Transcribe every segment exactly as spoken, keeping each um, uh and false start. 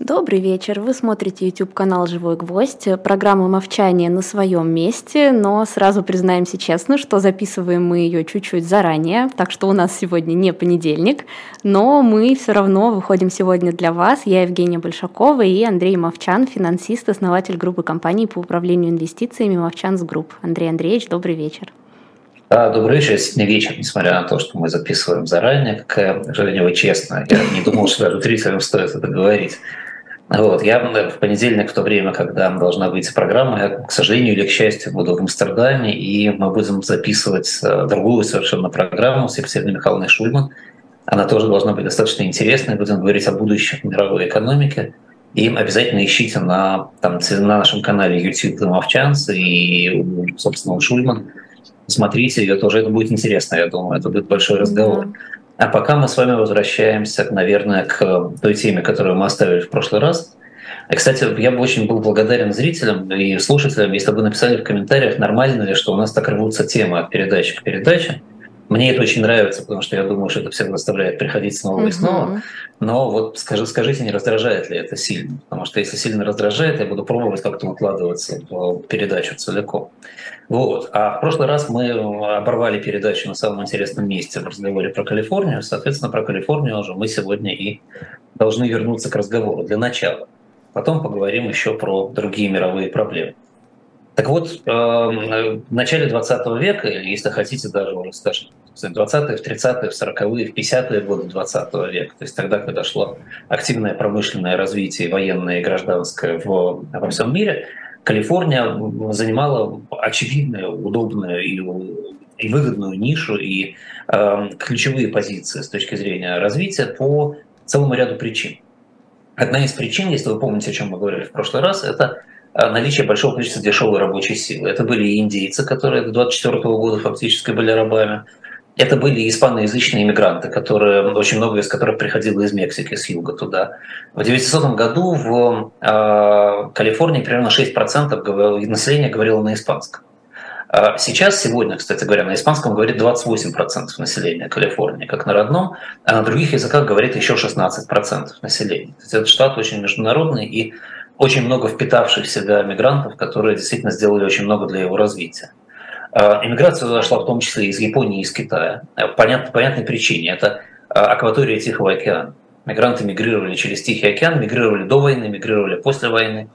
Добрый вечер. Вы смотрите YouTube-канал «Живой гвоздь». Программа «Мовчание» на своем месте, но сразу признаемся честно, что записываем мы ее чуть-чуть заранее, так что у нас сегодня не понедельник, но мы все равно выходим сегодня для вас. Я Евгения Большакова и Андрей Мовчан, финансист, основатель группы компаний по управлению инвестициями «Мовчанс Групп». Андрей Андреевич, добрый вечер. Да, добрый вечер. Сегодня вечер, несмотря на то, что мы записываем заранее, какая же вы честно. Я не думал, что даже зрителям стоит это говорить. Вот. Я в понедельник, в то время, когда должна выйти программа, я, к сожалению или к счастью, буду в Амстердаме, и мы будем записывать другую совершенно программу с Екатериной Михайловной Шульман. Она тоже должна быть достаточно интересной. Будем говорить о будущем мировой экономики. И обязательно ищите на, там, на нашем канале YouTube Мовчанс и, собственно, у Шульман. Смотрите ее тоже, это будет интересно, я думаю, это будет большой разговор. Да. А пока мы с вами возвращаемся, наверное, к той теме, которую мы оставили в прошлый раз. И, кстати, я бы очень был благодарен зрителям и слушателям, если бы написали в комментариях, нормально ли, что у нас так рвутся темы от передачи к передаче. Мне это очень нравится, потому что я думаю, что это всех заставляет приходить снова uh-huh. и снова. Но вот скажи, скажите, не раздражает ли это сильно? Потому что если сильно раздражает, я буду пробовать как-то укладываться в передачу целиком. Вот. А в прошлый раз мы оборвали передачу на самом интересном месте в разговоре про Калифорнию. Соответственно, про Калифорнию уже мы сегодня и должны вернуться к разговору для начала. Потом поговорим еще про другие мировые проблемы. Так вот, в начале двадцатого века, если хотите даже уже, скажем, в двадцатые, в тридцатые, в сороковые, в пятидесятые годы двадцатого века, то есть тогда, когда шло активное промышленное развитие, военное и гражданское в, во всем мире, Калифорния занимала очевидную, удобную и, и выгодную нишу и э, ключевые позиции с точки зрения развития по целому ряду причин. Одна из причин, если вы помните, о чем мы говорили в прошлый раз, это наличие большого количества дешевой рабочей силы. Это были и индейцы, которые до двадцать четвёртого года фактически были рабами. Это были испаноязычные иммигранты, которые, очень много из которых приходило из Мексики, с юга туда. В девятисотом году в э, Калифорнии примерно шесть процентов населения говорило на испанском. Сейчас, сегодня, кстати говоря, на испанском говорит двадцать восемь процентов населения Калифорнии, как на родном, а на других языках говорит еще шестнадцать процентов населения. То есть этот штат очень международный и очень много впитавших в себя мигрантов, которые действительно сделали очень много для его развития. Иммиграция зашла в том числе из Японии и из Китая. Понятно, по понятной причине. Это акватория Тихого океана. Мигранты мигрировали через Тихий океан, мигрировали до войны, мигрировали после войны.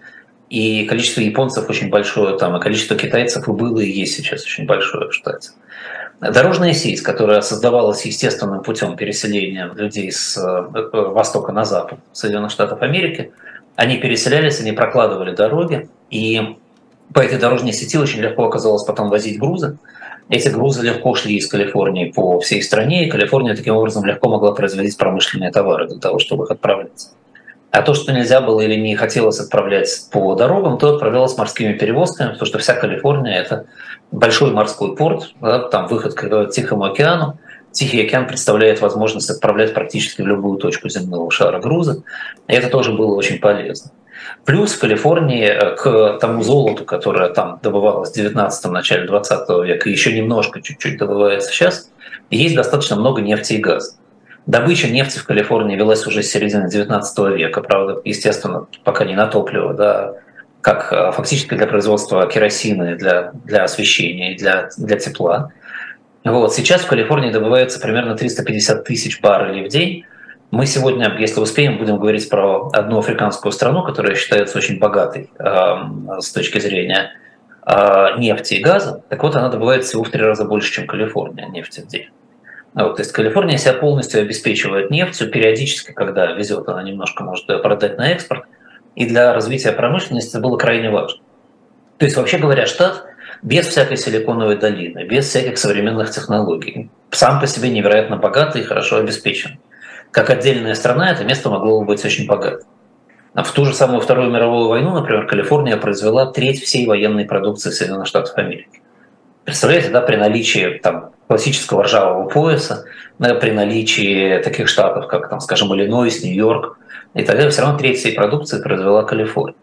И количество японцев очень большое там, и количество китайцев и было, и есть сейчас очень большое в штате. Дорожная сеть, которая создавалась естественным путем переселения людей с востока на запад Соединенных Штатов Америки, они переселялись, они прокладывали дороги, и по этой дорожной сети очень легко оказалось потом возить грузы. Эти грузы легко шли из Калифорнии по всей стране, и Калифорния таким образом легко могла производить промышленные товары для того, чтобы их отправлять. А то, что нельзя было или не хотелось отправлять по дорогам, то отправлялось морскими перевозками, потому что вся Калифорния – это большой морской порт, да, там выход к Тихому океану. Тихий океан представляет возможность отправлять практически в любую точку земного шара грузы, и это тоже было очень полезно. Плюс в Калифорнии к тому золоту, которое там добывалось в девятнадцатом, начале двадцатого века, и еще немножко, чуть-чуть добывается сейчас, есть достаточно много нефти и газа. Добыча нефти в Калифорнии велась уже с середины девятнадцатого века, правда, естественно, пока не на топливо, да, как фактически для производства керосина, для, для освещения, для, для тепла. Вот. Сейчас в Калифорнии добывается примерно триста пятьдесят тысяч баррелей в день. Мы сегодня, если успеем, будем говорить про одну африканскую страну, которая считается очень богатой э, с точки зрения э, нефти и газа. Так вот, она добывает всего в три раза больше, чем Калифорния нефти в день. Вот, то есть Калифорния себя полностью обеспечивает нефтью, периодически, когда везет, она немножко может ее продать на экспорт, и для развития промышленности это было крайне важно. То есть, вообще говоря, штат без всякой силиконовой долины, без всяких современных технологий, сам по себе невероятно богатый и хорошо обеспечен. Как отдельная страна, это место могло бы быть очень богатым. В ту же самую Вторую мировую войну, например, Калифорния произвела треть всей военной продукции Соединенных Штатов Америки. Представляете, да, при наличии там, классического ржавого пояса, да, при наличии таких штатов, как, там, скажем, Иллинойс, Нью-Йорк и так далее, все равно треть всей продукции произвела Калифорния.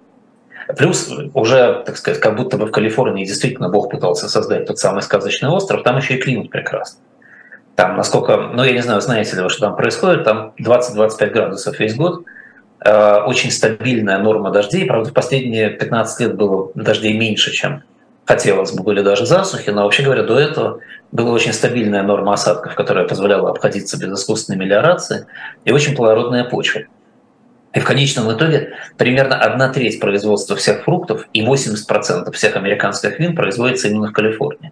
Плюс уже, так сказать, как будто бы в Калифорнии действительно Бог пытался создать тот самый сказочный остров, там еще и климат прекрасный. Там, насколько, ну я не знаю, знаете ли вы, что там происходит, там двадцать-двадцать пять градусов весь год, очень стабильная норма дождей. Правда, в последние пятнадцать лет было дождей меньше, чем хотелось бы, были даже засухи, но вообще говоря, до этого была очень стабильная норма осадков, которая позволяла обходиться без искусственной мелиорации, и очень плодородная почва. И в конечном итоге примерно одна треть производства всех фруктов и восемьдесят процентов всех американских вин производится именно в Калифорнии.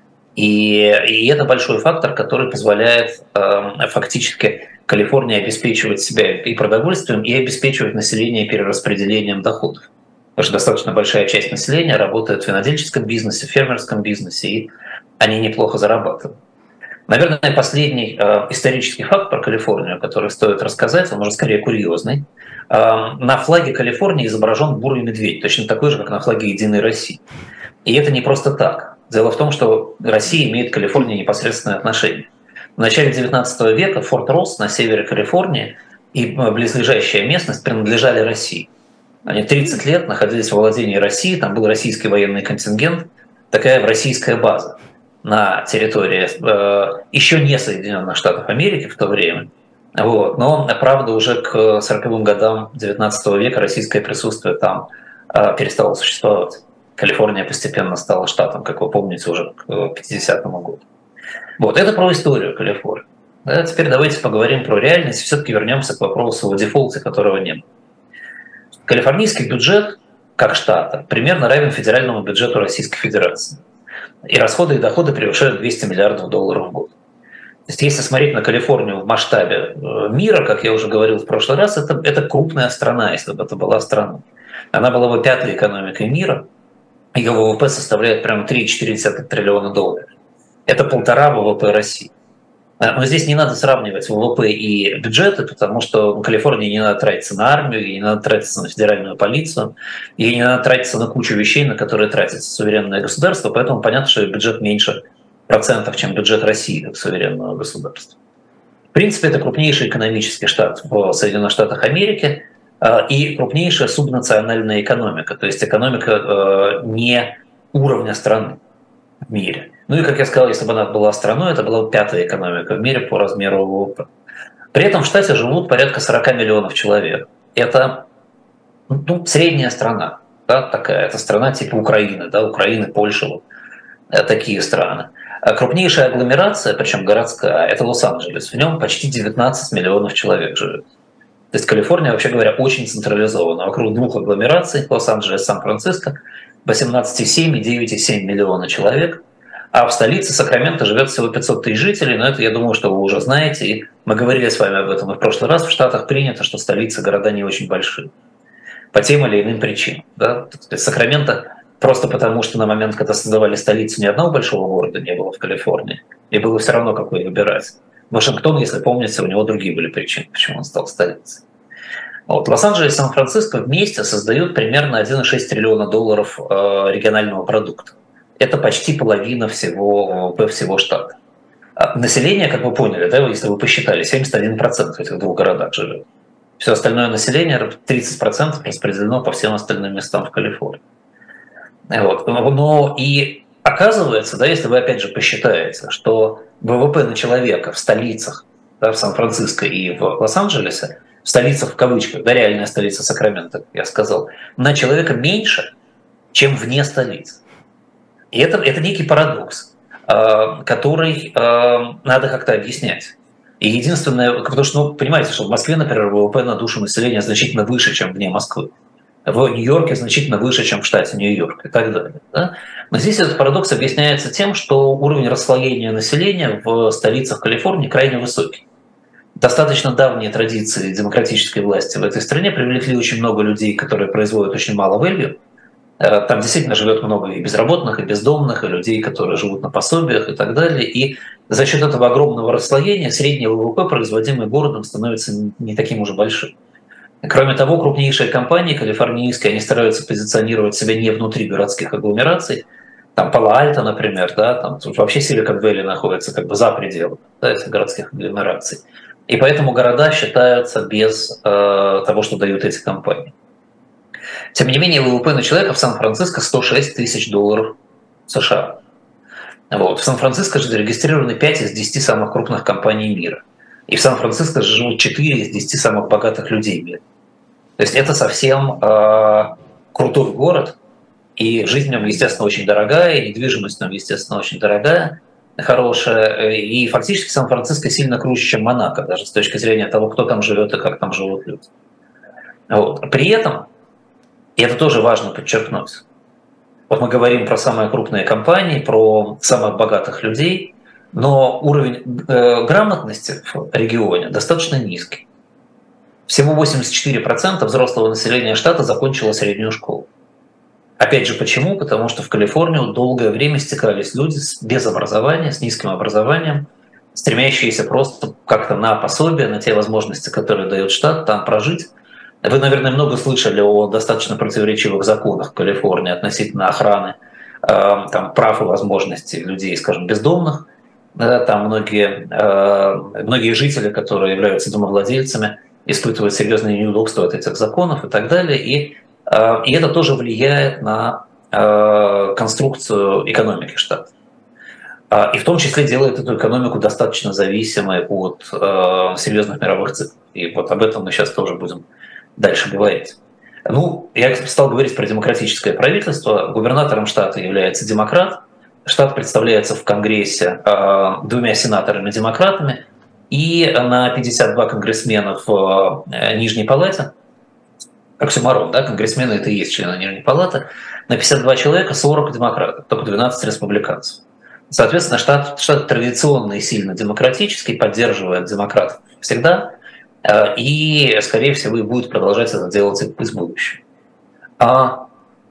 И, и это большой фактор, который позволяет э, фактически Калифорнии обеспечивать себя и продовольствием, и обеспечивать население перераспределением доходов. Потому что достаточно большая часть населения работает в винодельческом бизнесе, в фермерском бизнесе, и они неплохо зарабатывают. Наверное, последний э, исторический факт про Калифорнию, который стоит рассказать, он уже скорее курьезный. Э, на флаге Калифорнии изображен бурый медведь, точно такой же, как на флаге Единой России. И это не просто так. Дело в том, что Россия имеет к Калифорнии непосредственное отношение. В начале девятнадцатого века Форт Росс на севере Калифорнии и близлежащая местность принадлежали России. Они тридцать лет находились во владении России, там был российский военный контингент, такая российская база на территории э, еще не Соединенных Штатов Америки в то время. Вот. Но, правда, уже к сороковым годам девятнадцатого века российское присутствие там э, перестало существовать. Калифорния постепенно стала штатом, как вы помните, уже к пятидесятому году. Вот, это про историю Калифорнии. Да, теперь давайте поговорим про реальность, все-таки вернемся к вопросу о дефолте, которого нет. Калифорнийский бюджет, как штата, примерно равен федеральному бюджету Российской Федерации. И расходы и доходы превышают двести миллиардов долларов в год. То есть если смотреть на Калифорнию в масштабе мира, как я уже говорил в прошлый раз, это, это крупная страна, если бы это была страна. Она была бы пятой экономикой мира, ее ВВП составляет прямо три целых четыре десятых триллиона долларов. Это полтора ВВП России. Но здесь не надо сравнивать ВВП и бюджеты, потому что в Калифорнии не надо тратиться на армию, ей не надо тратиться на федеральную полицию, ей не надо тратиться на кучу вещей, на которые тратится суверенное государство, поэтому понятно, что бюджет меньше процентов, чем бюджет России как суверенного государства. В принципе, это крупнейший экономический штат в Соединенных Штатах Америки и крупнейшая субнациональная экономика, то есть экономика не уровня страны в мире. Ну и, как я сказал, если бы она была страной, это была бы пятая экономика в мире по размеру ВВП. При этом в штате живут порядка сорок миллионов человек. Это ну, средняя страна, да, такая. Это страна типа Украины, да, Украины, Польши, вот, такие страны. А крупнейшая агломерация, причем городская, это Лос-Анджелес. В нем почти девятнадцать миллионов человек живет. То есть Калифорния, вообще говоря, очень централизована. Вокруг двух агломераций, Лос-Анджелес и Сан-Франциско, восемнадцать целых семь и девять целых семь миллиона человек. А в столице Сакраменто живет всего пятьсот тысяч жителей, но это, я думаю, что вы уже знаете. И мы говорили с вами об этом и в прошлый раз. В Штатах принято, что столицы города не очень большие. По тем или иным причинам. Да? То есть Сакраменто просто потому, что на момент, когда создавали столицу, ни одного большого города не было в Калифорнии. И было все равно, какой выбирать. Вашингтон, если помните, у него другие были причины, почему он стал столицей. Вот. Лос-Анджелес и Сан-Франциско вместе создают примерно один целых шесть триллиона долларов регионального продукта. Это почти половина всего ВВП всего штата. А население, как вы поняли, да, если вы посчитали, семьдесят один процент в этих двух городах живет. Все остальное население, тридцать процентов, распределено по всем остальным местам в Калифорнии. Вот. Но и оказывается, да, если вы опять же посчитаете, что ВВП на человека в столицах, да, в Сан-Франциско и в Лос-Анджелесе, в столицах в кавычках, да, реальная столица Сакраменто, как я сказал, на человека меньше, чем вне столиц. И это, это некий парадокс, который надо как-то объяснять. И единственное, потому что, ну, понимаете, что в Москве, например, ВВП на душу населения значительно выше, чем вне Москвы. В Нью-Йорке значительно выше, чем в штате Нью-Йорк и так далее. Да? Но здесь этот парадокс объясняется тем, что уровень расслоения населения в столицах Калифорнии крайне высокий. Достаточно давние традиции демократической власти в этой стране привлекли очень много людей, которые производят очень мало value. Там действительно живет много и безработных, и бездомных, и людей, которые живут на пособиях и так далее. И за счет этого огромного расслоения средний ВВП, производимый городом, становится не таким уже большим. Кроме того, крупнейшие компании калифорнийские, они стараются позиционировать себя не внутри городских агломераций. Там Пало-Альто, например, да, там вообще Силикон-Вэлли находится как бы за пределами, да, этих городских агломераций. И поэтому города считаются без э, того, что дают эти компании. Тем не менее, ВВП на человека в Сан-Франциско сто шесть тысяч долларов США. Вот. В Сан-Франциско же зарегистрированы пять из десяти самых крупных компаний мира. И в Сан-Франциско живут четыре из десяти самых богатых людей мира. То есть это совсем э, крутой город, и жизнь в нем, естественно, очень дорогая, и недвижимость в нем, естественно, очень дорогая, хорошая, и фактически Сан-Франциско сильно круче, чем Монако, даже с точки зрения того, кто там живет и как там живут люди. Вот. При этом, и это тоже важно подчеркнуть, вот мы говорим про самые крупные компании, про самых богатых людей, но уровень э, грамотности в регионе достаточно низкий. Всего восемьдесят четыре процента взрослого населения штата закончило среднюю школу. Опять же, почему? Потому что в Калифорнию долгое время стекались люди без образования, с низким образованием, стремящиеся просто как-то на пособие, на те возможности, которые дает штат, там прожить. Вы, наверное, много слышали о достаточно противоречивых законах в Калифорнии относительно охраны э, там, прав и возможностей людей, скажем, бездомных. Там многие, э, многие жители, которые являются домовладельцами, испытывают серьезные неудобства от этих законов и так далее. И И это тоже влияет на конструкцию экономики штата. И в том числе делает эту экономику достаточно зависимой от серьезных мировых циклов. И вот об этом мы сейчас тоже будем дальше говорить. Ну, я стал говорить про демократическое правительство. Губернатором штата является демократ. Штат представляется в Конгрессе двумя сенаторами-демократами и на пятьдесят два конгрессмена в Нижней палате. Оксюморон, да, конгрессмены это и есть члены Нижней палаты, на пятьдесят два человека сорок демократов, только двенадцать республиканцев. Соответственно, штат, штат традиционно и сильно демократический, поддерживает демократов всегда, и, скорее всего, и будет продолжать это делать и в будущем. А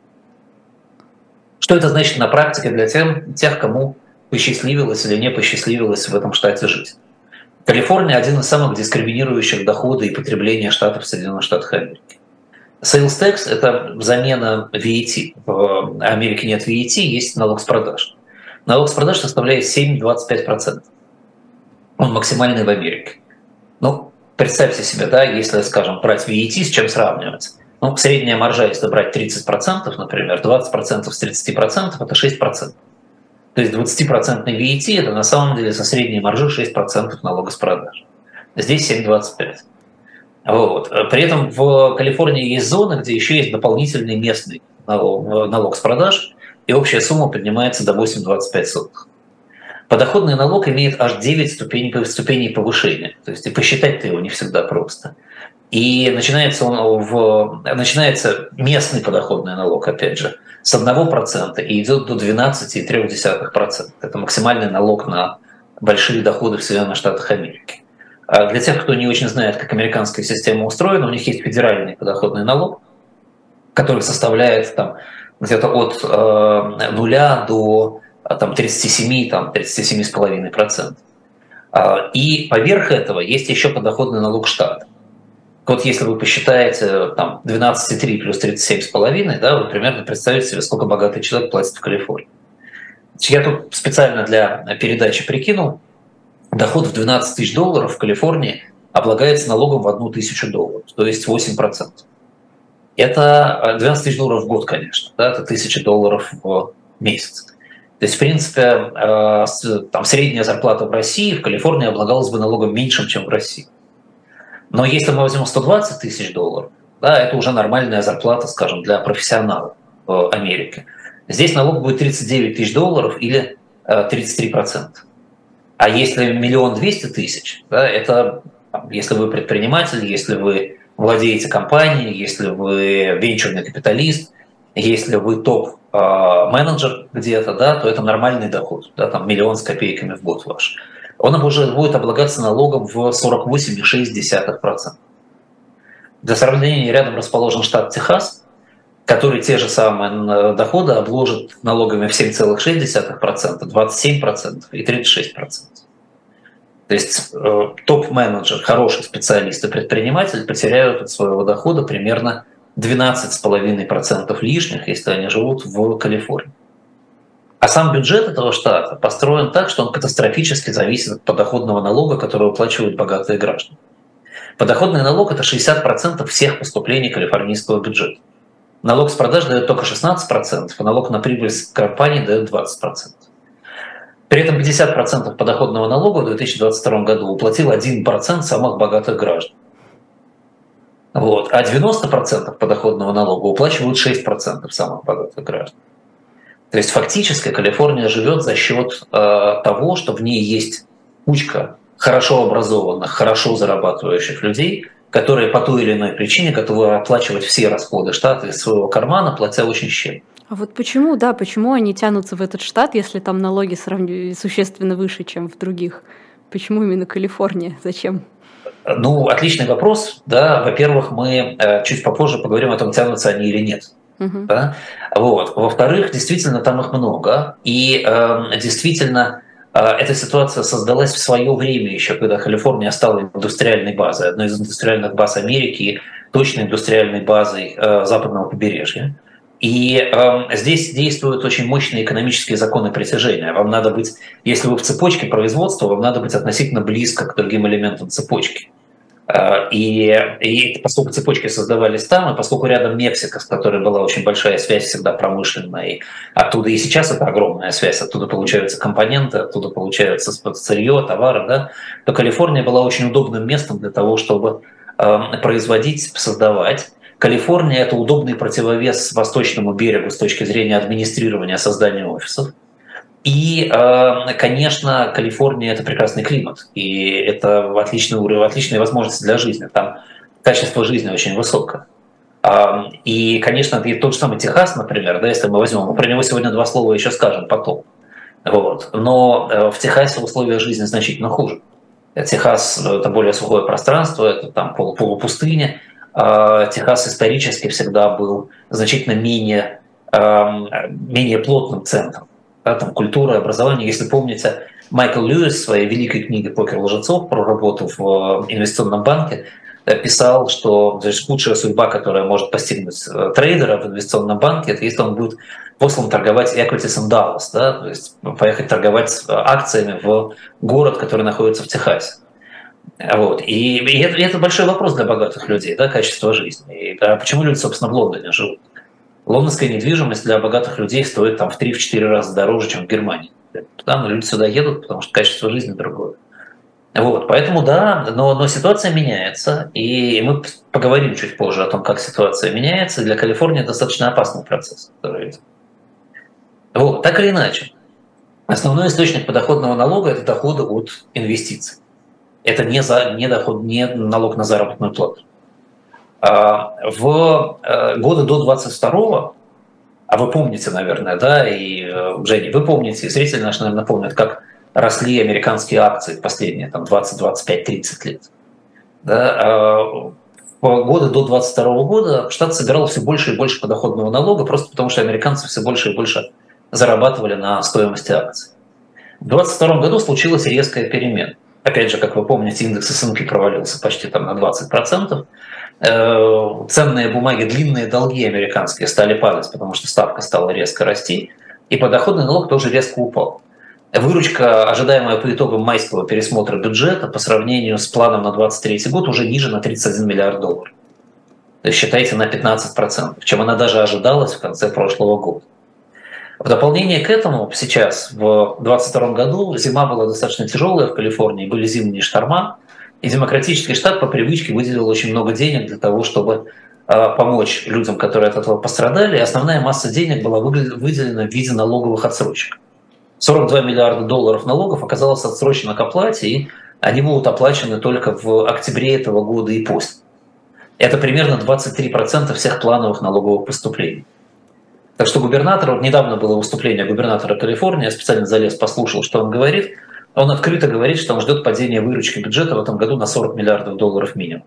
что это значит на практике для тем, тех, кому посчастливилось или не посчастливилось в этом штате жить? Калифорния – один из самых дискриминирующих доходы и потребления штатов в Соединенных Штатах Америки. Sales tax – это замена ви эй ти. В Америке нет ви эй ти, есть налог с продаж. Налог с продаж составляет семь целых двадцать пять сотых процента. Он максимальный в Америке. Ну, представьте себе, да, если, скажем, брать ви эй ти, с чем сравнивать? Ну, средняя маржа, если брать тридцать процентов, например, двадцать процентов с тридцати процентов – это шесть процентов. То есть двадцатипроцентный ви эй ти – это на самом деле со средней маржи шесть процентов налога с продаж. Здесь семь целых двадцать пять сотых. Вот. При этом в Калифорнии есть зоны, где еще есть дополнительный местный налог, налог с продаж, и общая сумма поднимается до восемь целых двадцать пять сотых. Подоходный налог имеет аж девять ступеней, ступеней повышения, то есть и посчитать-то его не всегда просто. И начинается, он в, начинается местный подоходный налог, опять же, с одного процента и идет до двенадцати целых трёх десятых процента. Это максимальный налог на большие доходы в Соединенных Штатах Америки. А для тех, кто не очень знает, как американская система устроена, у них есть федеральный подоходный налог, который составляет там, где-то от э, нуля до там, тридцати семи, там, тридцати семи целых пяти десятых процента. И поверх этого есть еще подоходный налог штата. Вот если вы посчитаете там, двенадцать целых три плюс тридцать семь целых пять, да, вы примерно представите себе, сколько богатый человек платит в Калифорнии. Я тут специально для передачи прикинул, доход в двенадцать тысяч долларов в Калифорнии облагается налогом в одну тысячу долларов, то есть восемь процентов. Это двенадцать тысяч долларов в год, конечно, да, это тысяча долларов в месяц. То есть, в принципе, там, средняя зарплата в России в Калифорнии облагалась бы налогом меньшим, чем в России. Но если мы возьмем сто двадцать тысяч долларов, да, это уже нормальная зарплата, скажем, для профессионала в Америке. Здесь налог будет тридцать девять тысяч долларов или тридцать три процента. А если миллион двести тысяч, да, это если вы предприниматель, если вы владеете компанией, если вы венчурный капиталист, если вы топ-менеджер где-то, да, то это нормальный доход, да, там миллион с копейками в год ваш. Он уже будет облагаться налогом в сорок восемь целых шесть десятых процента. Для сравнения, рядом расположен штат Техас, который те же самые доходы обложит налогами в семь целых шесть десятых процента, двадцать семь процентов и тридцать шесть процентов. То есть э, топ-менеджер, хороший специалист и предприниматель потеряют от своего дохода примерно двенадцать целых пять десятых процента лишних, если они живут в Калифорнии. А сам бюджет этого штата построен так, что он катастрофически зависит от подоходного налога, который выплачивают богатые граждане. Подоходный налог – это шестьдесят процентов всех поступлений калифорнийского бюджета. Налог с продаж дает только шестнадцать процентов, а налог на прибыль с компании дает двадцать процентов. При этом пятьдесят процентов подоходного налога в две тысячи двадцать втором году уплатил один процент самых богатых граждан. Вот. А девяносто процентов подоходного налога уплачивают шесть процентов самых богатых граждан. То есть фактически Калифорния живет за счет э, того, что в ней есть кучка хорошо образованных, хорошо зарабатывающих людей, которые по той или иной причине готовы оплачивать все расходы штата из своего кармана, платя очень щедро. А вот почему, да, почему они тянутся в этот штат, если там налоги сравни... существенно выше, чем в других? Почему именно Калифорния? Зачем? Ну, отличный вопрос. Да, во-первых, мы э, чуть попозже поговорим о том, тянутся они или нет. Uh-huh. Да? Вот. Во-вторых, действительно, там их много. И э, действительно, э, эта ситуация создалась в свое время еще, когда Калифорния стала индустриальной базой, одной из индустриальных баз Америки, точно индустриальной базой э, западного побережья. И э, здесь действуют очень мощные экономические законы притяжения. Вам надо быть, если вы в цепочке производства, вам надо быть относительно близко к другим элементам цепочки. Э, и, и поскольку цепочки создавались там, и поскольку рядом Мексика, с которой была очень большая связь всегда промышленная, и оттуда и сейчас это огромная связь, оттуда получаются компоненты, оттуда получается сырье, товары, да, то Калифорния была очень удобным местом для того, чтобы э, производить, создавать. Калифорния – это удобный противовес восточному берегу с точки зрения администрирования, создания офисов. И, конечно, Калифорния – это прекрасный климат, и это отличный уровень, отличные возможности для жизни. Там качество жизни очень высокое. И, конечно, и тот же самый Техас, например, да, если мы возьмем, мы про него сегодня два слова еще скажем потом. Вот. Но в Техасе условия жизни значительно хуже. Техас – это более сухое пространство, это там полупустыня. Техас исторически всегда был значительно менее, менее плотным центром. Да, там культура, образование. Если помните, Майкл Льюис в своей великой книге «Покер лжецов» про работу в инвестиционном банке писал, что значит, худшая судьба, которая может постигнуть трейдера в инвестиционном банке, это если он будет послан торговать equities in Dallas, да, то есть поехать торговать акциями в город, который находится в Техасе. Вот. И, и, это, и это большой вопрос для богатых людей, да, качество жизни. И, а почему люди, собственно, в Лондоне живут? Лондонская недвижимость для богатых людей стоит там, в три-четыре раза дороже, чем в Германии. Там люди сюда едут, потому что качество жизни другое. Вот. Поэтому да, но, но ситуация меняется, и мы поговорим чуть позже о том, как ситуация меняется. Для Калифорнии достаточно опасный процесс, который идет. Вот. Так или иначе, основной источник подоходного налога – это доходы от инвестиций. Это не, за, не, доход, не налог на заработную плату. В годы до двадцать второго, а вы помните, наверное, да, и Женя, вы помните, и зрители наши, наверное, помнят, как росли американские акции в последние там, двадцать, двадцать пять, тридцать лет. Да, в годы до двадцать второго года штат собирал все больше и больше подоходного налога, просто потому что американцы все больше и больше зарабатывали на стоимости акций. В двадцать втором году случилась резкая перемена. Опять же, как вы помните, индекс эс энд пи провалился почти там, на двадцать процентов. Ценные бумаги, длинные долги американские стали падать, потому что ставка стала резко расти, и подоходный налог тоже резко упал. Выручка, ожидаемая по итогам майского пересмотра бюджета, по сравнению с планом на двадцать третий год, уже ниже на тридцать один миллиард долларов. То есть считайте на пятнадцать процентов, чем она даже ожидалась в конце прошлого года. В дополнение к этому сейчас, в двадцать втором году, зима была достаточно тяжелая в Калифорнии, были зимние шторма, и демократический штат по привычке выделил очень много денег для того, чтобы э, помочь людям, которые от этого пострадали. И основная масса денег была выделена в виде налоговых отсрочек. сорок два миллиарда долларов налогов оказалось отсрочено к оплате, и они будут оплачены только в октябре этого года и после. Это примерно двадцать три процента всех плановых налоговых поступлений. Так что губернатор, вот недавно было выступление губернатора Калифорнии, я специально залез, послушал, что он говорит. Он открыто говорит, что он ждет падения выручки бюджета в этом году на сорок миллиардов долларов минимум.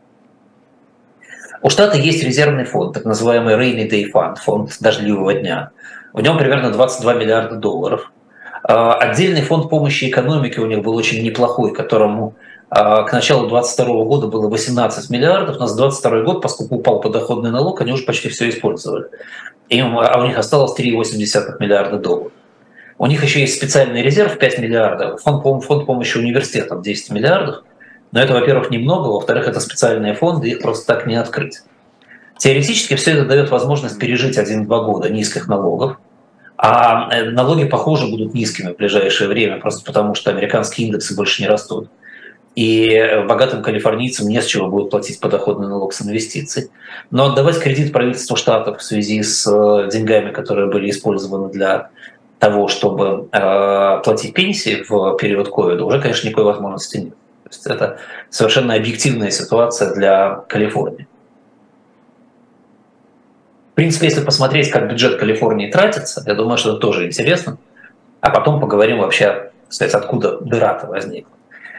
У штата есть резервный фонд, так называемый Rainy Day Fund, фонд дождливого дня. В нем примерно двадцать два миллиарда долларов. Отдельный фонд помощи экономике у них был очень неплохой, которому к началу двадцать второго года было восемнадцать миллиардов, но за двадцать второй год, поскольку упал подоходный налог, они уже почти все использовали. Им, а у них осталось три целых восемь десятых миллиарда долларов. У них еще есть специальный резерв пять миллиардов, фонд, фонд помощи университетам десять миллиардов. Но это, во-первых, немного, во-вторых, это специальные фонды, их просто так не открыть. Теоретически все это дает возможность пережить один-два года низких налогов, а налоги, похоже, будут низкими в ближайшее время, просто потому что американские индексы больше не растут. и богатым калифорнийцам не с чего будет платить подоходный налог с инвестиций. Но отдавать кредит правительству штатов в связи с деньгами, которые были использованы для того, чтобы э, платить пенсии в период ковида, уже, конечно, никакой возможности нет. То есть это совершенно объективная ситуация для Калифорнии. В принципе, если посмотреть, как бюджет Калифорнии тратится, я думаю, что это тоже интересно. А потом поговорим вообще, так сказать, откуда дыра-то возникла.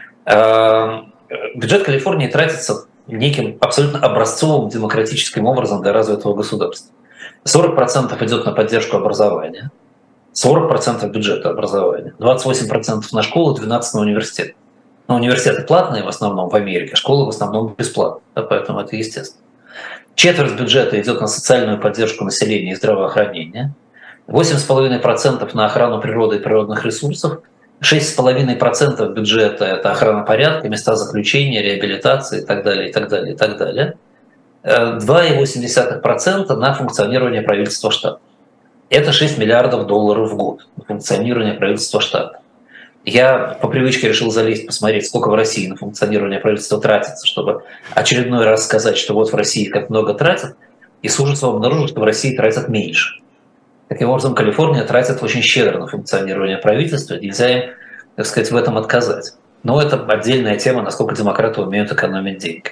Бюджет Калифорнии тратится неким абсолютно образцовым демократическим образом для развитого государства. сорок процентов идет на поддержку образования, сорок процентов бюджета образования, двадцать восемь процентов на школу, двенадцать процентов на университет. Но университеты платные в основном в Америке, школы в основном бесплатные, да, поэтому это естественно. Четверть бюджета идет на социальную поддержку населения и здравоохранения, восемь целых пять десятых процента на охрану природы и природных ресурсов, шесть целых пять десятых процента бюджета – это охрана порядка, места заключения, реабилитации и так далее, и так далее, и так далее. два целых восемь десятых процента на функционирование правительства штата. Это шесть миллиардов долларов в год на функционирование правительства штата. Я по привычке решил залезть, посмотреть, сколько в России на функционирование правительства тратится, чтобы очередной раз сказать, что вот в России как много тратят, и с ужасом обнаружил, что в России тратят меньше. Таким образом, Калифорния тратит очень щедро на функционирование правительства, нельзя им, так сказать, в этом отказать. Но это отдельная тема, насколько демократы умеют экономить деньги.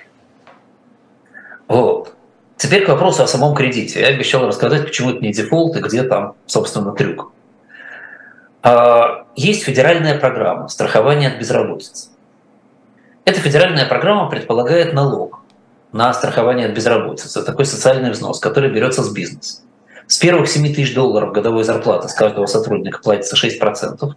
Вот. Теперь к вопросу о самом кредите. Я обещал рассказать, почему это не дефолт и где там, собственно, трюк. Есть федеральная программа страхования от безработицы. Эта федеральная программа предполагает налог на страхование от безработицы, такой социальный взнос, который берется с бизнеса. С первых семи тысяч долларов годовой зарплаты с каждого сотрудника платится шесть процентов.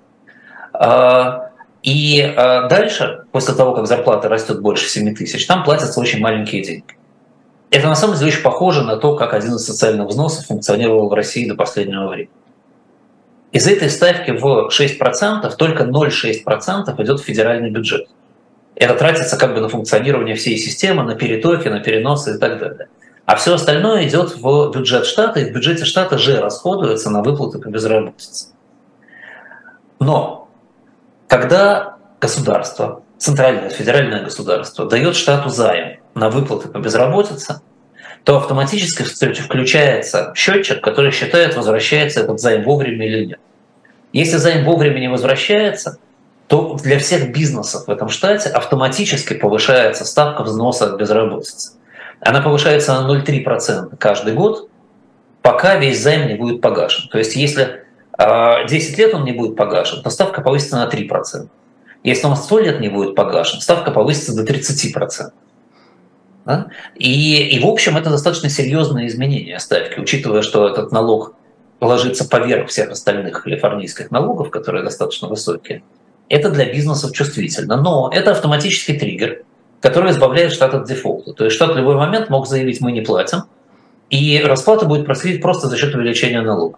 И дальше, после того, как зарплата растет больше семи тысяч, там платятся очень маленькие деньги. Это на самом деле очень похоже на то, как один из социальных взносов функционировал в России до последнего времени. Из этой ставки в шесть процентов только ноль целых шесть десятых процента идет в федеральный бюджет. Это тратится как бы на функционирование всей системы, на перетоки, на переносы и так далее. А все остальное идет в бюджет штата, и в бюджете штата же расходуется на выплаты по безработице. Но когда государство, центральное федеральное государство, дает штату займ на выплаты по безработице, то автоматически включается счетчик, который считает, возвращается этот займ вовремя или нет. Если займ вовремя не возвращается, то для всех бизнесов в этом штате автоматически повышается ставка взноса от безработицы. Она повышается на ноль целых три десятых процента каждый год, пока весь займ не будет погашен. То есть если десять лет он не будет погашен, то ставка повысится на три процента. Если он сто лет не будет погашен, ставка повысится до тридцать процентов. Да? И, и в общем это достаточно серьезные изменения ставки, учитывая, что этот налог ложится поверх всех остальных калифорнийских налогов, которые достаточно высокие. Это для бизнесов чувствительно, но это автоматический триггер, который избавляет штат от дефолта. То есть штат в любой момент мог заявить: мы не платим, и расплата будет происходить просто за счет увеличения налога.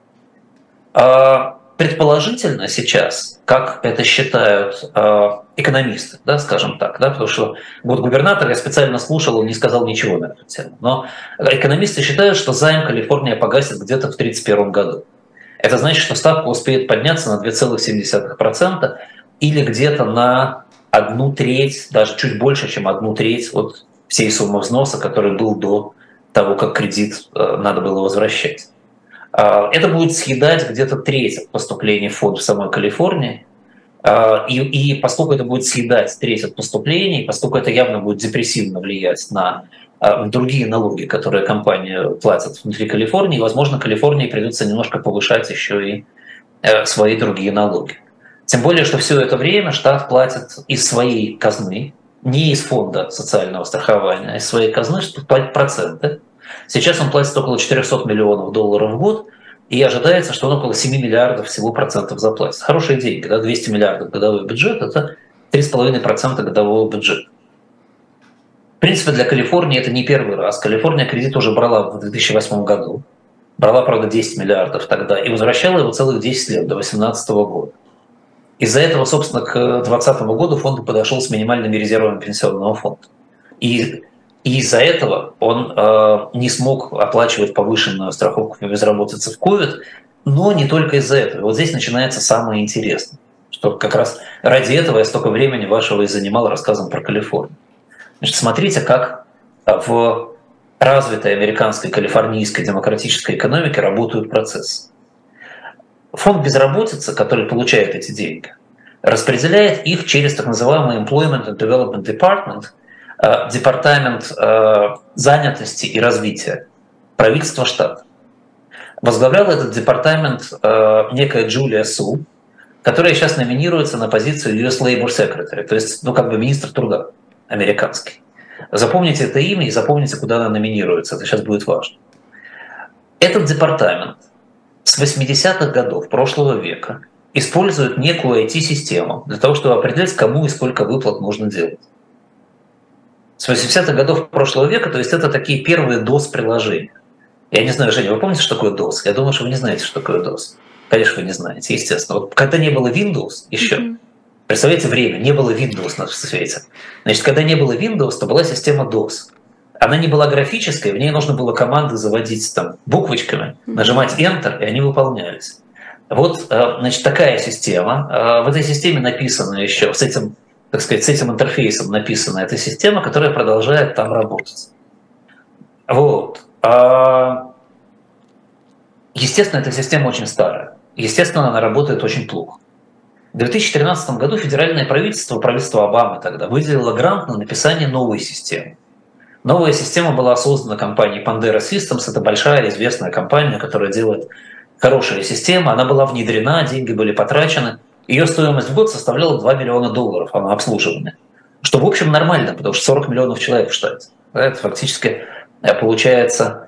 Предположительно сейчас, как это считают экономисты, да, скажем так, да, потому что вот губернатор, я специально слушал, он не сказал ничего на эту тему, но экономисты считают, что займ Калифорния погасит где-то в тридцать тридцать первом году. Это значит, что ставка успеет подняться на два целых семь десятых процента или где-то на одну треть, даже чуть больше, чем одну треть от всей суммы взноса, который был до того, как кредит надо было возвращать. Это будет съедать где-то треть поступлений в фонд в самой Калифорнии. И, и поскольку это будет съедать треть от поступлений, поскольку это явно будет депрессивно влиять на другие налоги, которые компании платят внутри Калифорнии, возможно, Калифорнии придется немножко повышать еще и свои другие налоги. Тем более, что все это время штат платит из своей казны, не из фонда социального страхования, а из своей казны, чтобы платить проценты. Сейчас он платит около четырехсот миллионов долларов в год, и ожидается, что он около семи миллиардов всего процентов заплатит. Хорошие деньги, да? двести миллиардов годовой бюджет – это три целых пять десятых процента годового бюджета. В принципе, для Калифорнии это не первый раз. Калифорния кредит уже брала в две тысячи восьмом году. Брала, правда, десять миллиардов тогда и возвращала его целых десять лет, до две тысячи восемнадцатого года. Из-за этого, собственно, к две тысячи двадцатому году фонд подошел с минимальными резервами пенсионного фонда. И И из-за этого он э, не смог оплачивать повышенную страховку по безработице в ковид, но не только из-за этого. Вот здесь начинается самое интересное. Что как раз ради этого я столько времени вашего и занимал рассказом про Калифорнию. Значит, смотрите, как в развитой американской калифорнийской демократической экономике работают процессы. Фонд безработицы, который получает эти деньги, распределяет их через так называемый Employment and Development Department, департамент занятости и развития правительства штата. Возглавлял этот департамент некая Джулия Су, которая сейчас номинируется на позицию ю эс Labor Secretary, то есть, ну, как бы министр труда американский. Запомните это имя и запомните, куда она номинируется, это сейчас будет важно. Этот департамент с восьмидесятых годов прошлого века использует некую ай ти-систему для того, чтобы определять, кому и сколько выплат нужно делать. С восьмидесятых годов прошлого века, то есть это такие первые дос-приложения. Я не знаю, Женя, вы помните, что такое дос? Я думаю, что вы не знаете, что такое дос. Конечно, вы не знаете, естественно. Вот когда не было Windows еще, mm-hmm. представляете, время, не было Windows на свете. Значит, когда не было Windows, то была система дос. Она не была графической, в ней нужно было команды заводить там буквочками, mm-hmm. нажимать Enter, и они выполнялись. Вот, значит, такая система. В этой системе написано еще, с этим, так сказать, с этим интерфейсом написана эта система, которая продолжает там работать. Вот. Естественно, эта система очень старая. Естественно, она работает очень плохо. В две тысячи тринадцатом году федеральное правительство, правительство Обамы тогда, выделило грант на написание новой системы. Новая система была создана компанией Pandera Systems. Это большая известная компания, которая делает хорошие системы. Она была внедрена, деньги были потрачены. Ее стоимость в год составляла два миллиона долларов, она обслуживанная. Что, в общем, нормально, потому что сорок миллионов человек в штате. Это фактически получается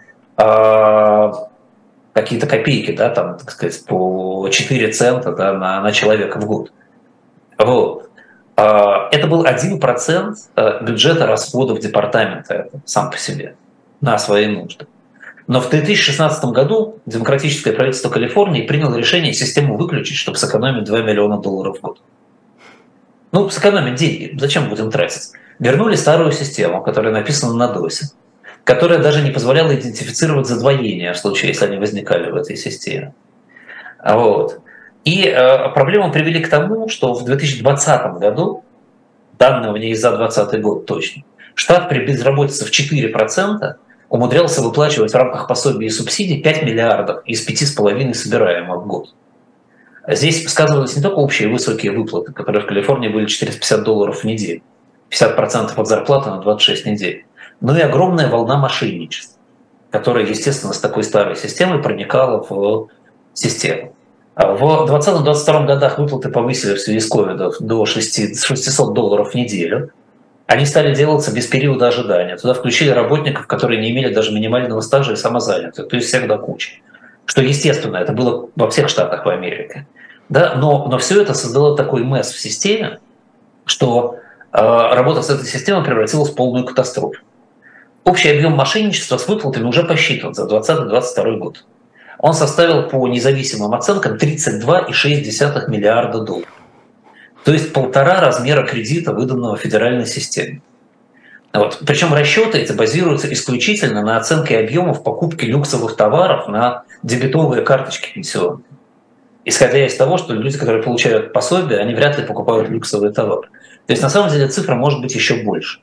какие-то копейки, да, там, так сказать, по четыре цента, да, на, на человека в год. Вот. Это был один процент бюджета расходов департамента сам по себе на свои нужды. Но в две тысячи шестнадцатом году демократическое правительство Калифорнии приняло решение систему выключить, чтобы сэкономить два миллиона долларов в год. Ну, сэкономить деньги, зачем будем тратить? Вернули старую систему, которая написана на досе, которая даже не позволяла идентифицировать задвоения в случае, если они возникали в этой системе. Вот. И э, проблему привели к тому, что в две тысячи двадцатом году, данные у меня есть за двадцатый год точно, штат при безработице в четыре процента умудрялся выплачивать в рамках пособий и субсидий пять миллиардов из пяти с половиной собираемых в год. Здесь сказывались не только общие высокие выплаты, которые в Калифорнии были четыреста пятьдесят долларов в неделю, пятьдесят процентов от зарплаты на двадцать шесть недель, но и огромная волна мошенничества, которая, естественно, с такой старой системой проникала в систему. В двадцатом-двадцать втором годах выплаты повысили в связи с ковидом до шестисот долларов в неделю. Они стали делаться без периода ожидания. Туда включили работников, которые не имели даже минимального стажа и самозанятых, то есть всех до кучи. Что, естественно, это было во всех штатах в Америке. Да? Но, но все это создало такой месс в системе, что э, работа с этой системой превратилась в полную катастрофу. Общий объем мошенничества с выплатами уже посчитан за двадцатый-двадцать второй год. Он составил по независимым оценкам тридцать два целых шесть десятых миллиарда долларов. То есть полтора размера кредита, выданного федеральной системе. Вот. Причем расчеты эти базируются исключительно на оценке объемов покупки люксовых товаров на дебетовые карточки пенсионные. Исходя из того, что люди, которые получают пособие, они вряд ли покупают люксовые товары. То есть на самом деле цифра может быть еще больше.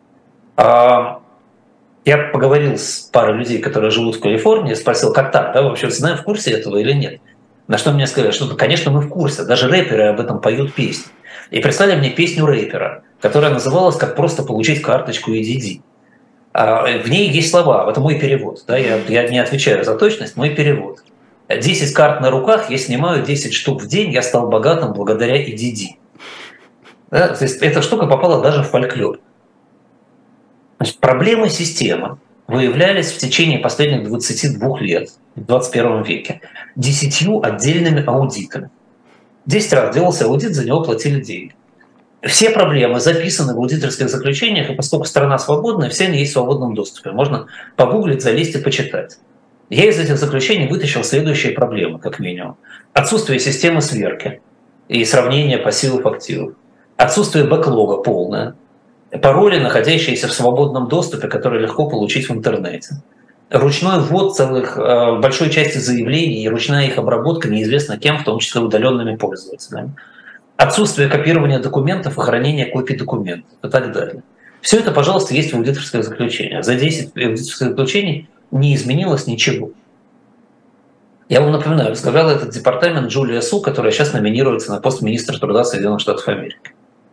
Я поговорил с парой людей, которые живут в Калифорнии, спросил, как так, да, вы вообще знаем, в курсе этого или нет? На что мне сказали, что, конечно, мы в курсе, даже рэперы об этом поют песни. И прислали мне песню рэпера, которая называлась «Как просто получить карточку и ди ди». В ней есть слова, это мой перевод, да, я, я не отвечаю за точность, мой перевод. десять карт на руках, я снимаю десять штук в день, я стал богатым благодаря и ди ди. Да, то есть эта штука попала даже в фольклор. Значит, проблемы системы выявлялись в течение последних двадцати двух лет в двадцать первом веке десятью отдельными аудитами. Десять раз делался аудит, за него платили деньги. Все проблемы записаны в аудиторских заключениях, и поскольку страна свободная, все они есть в свободном доступе. Можно погуглить, залезть и почитать. Я из этих заключений вытащил следующие проблемы, как минимум. Отсутствие системы сверки и сравнения пассивов-активов. Отсутствие бэклога полное. Пароли, находящиеся в свободном доступе, которые легко получить в интернете. Ручной ввод целых большой части заявлений и ручная их обработка неизвестно кем, в том числе удаленными пользователями. отсутствие копирования документов и хранения копий документов и так далее. Все это, пожалуйста, есть в аудиторских заключениях. За десять аудиторских заключений не изменилось ничего. Я вам напоминаю, возглавлял этот департамент Джулия Су, которая сейчас номинируется на пост министра труда Соединенных Штатов Америки.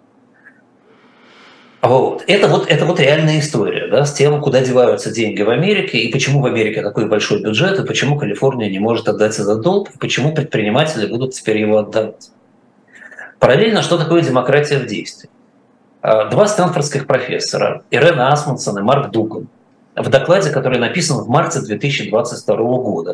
Вот. Это, вот, это вот реальная история, да, с тем, куда деваются деньги в Америке, и почему в Америке такой большой бюджет, и почему Калифорния не может отдать этот долг, и почему предприниматели будут теперь его отдавать. Параллельно, что такое демократия в действии? Два стэнфордских профессора, Ирен Асмундсен и Марк Дуган, в докладе, который написан в марте две тысячи двадцать второго года,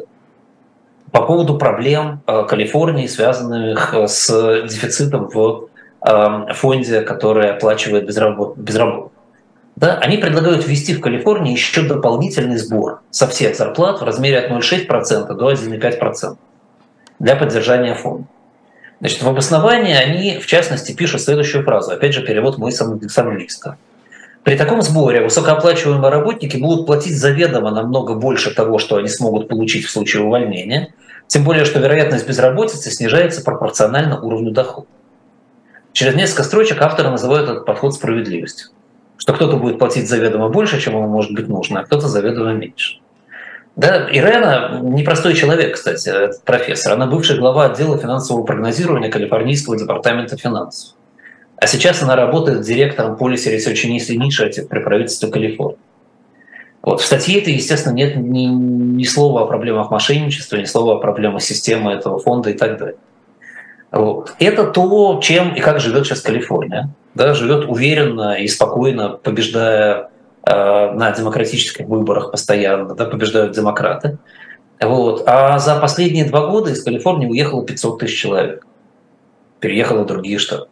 по поводу проблем Калифорнии, связанных с дефицитом в фонде, который оплачивает безработных. Да, они предлагают ввести в Калифорнии еще дополнительный сбор со всех зарплат в размере от ноль целых шесть десятых процента до один целых пять десятых процента для поддержания фонда. Значит, в обосновании они, в частности, пишут следующую фразу. Опять же, перевод мой с английского. При таком сборе высокооплачиваемые работники будут платить заведомо намного больше того, что они смогут получить в случае увольнения, тем более, что вероятность безработицы снижается пропорционально уровню дохода. Через несколько строчек авторы называют этот подход справедливостью. Что кто-то будет платить заведомо больше, чем ему может быть нужно, а кто-то заведомо меньше. Да, Ирена непростой человек, кстати, этот профессор. Она бывший глава отдела финансового прогнозирования Калифорнийского департамента финансов. А сейчас она работает директором Policy Research Initiative при правительстве Калифорнии. Вот. В статье это, естественно, нет ни, ни слова о проблемах мошенничества, ни слова о проблемах системы этого фонда и так далее. Вот. Это то, чем и как живет сейчас Калифорния. Да, живет уверенно и спокойно, побеждая э, на демократических выборах постоянно, да, побеждают демократы. Вот. А за последние два года из Калифорнии уехало пятьсот тысяч человек. Переехало в другие штаты.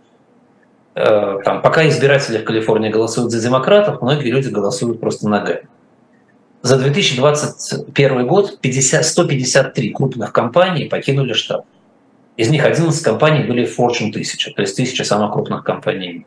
Э, там, пока избиратели в Калифорнии голосуют за демократов, многие люди голосуют просто ногами. За две тысячи двадцать первый год пятьдесят, сто пятьдесят три крупных компаний покинули штат. Из них одиннадцать компаний были Fortune тысяча, то есть тысяча самых крупных компаний.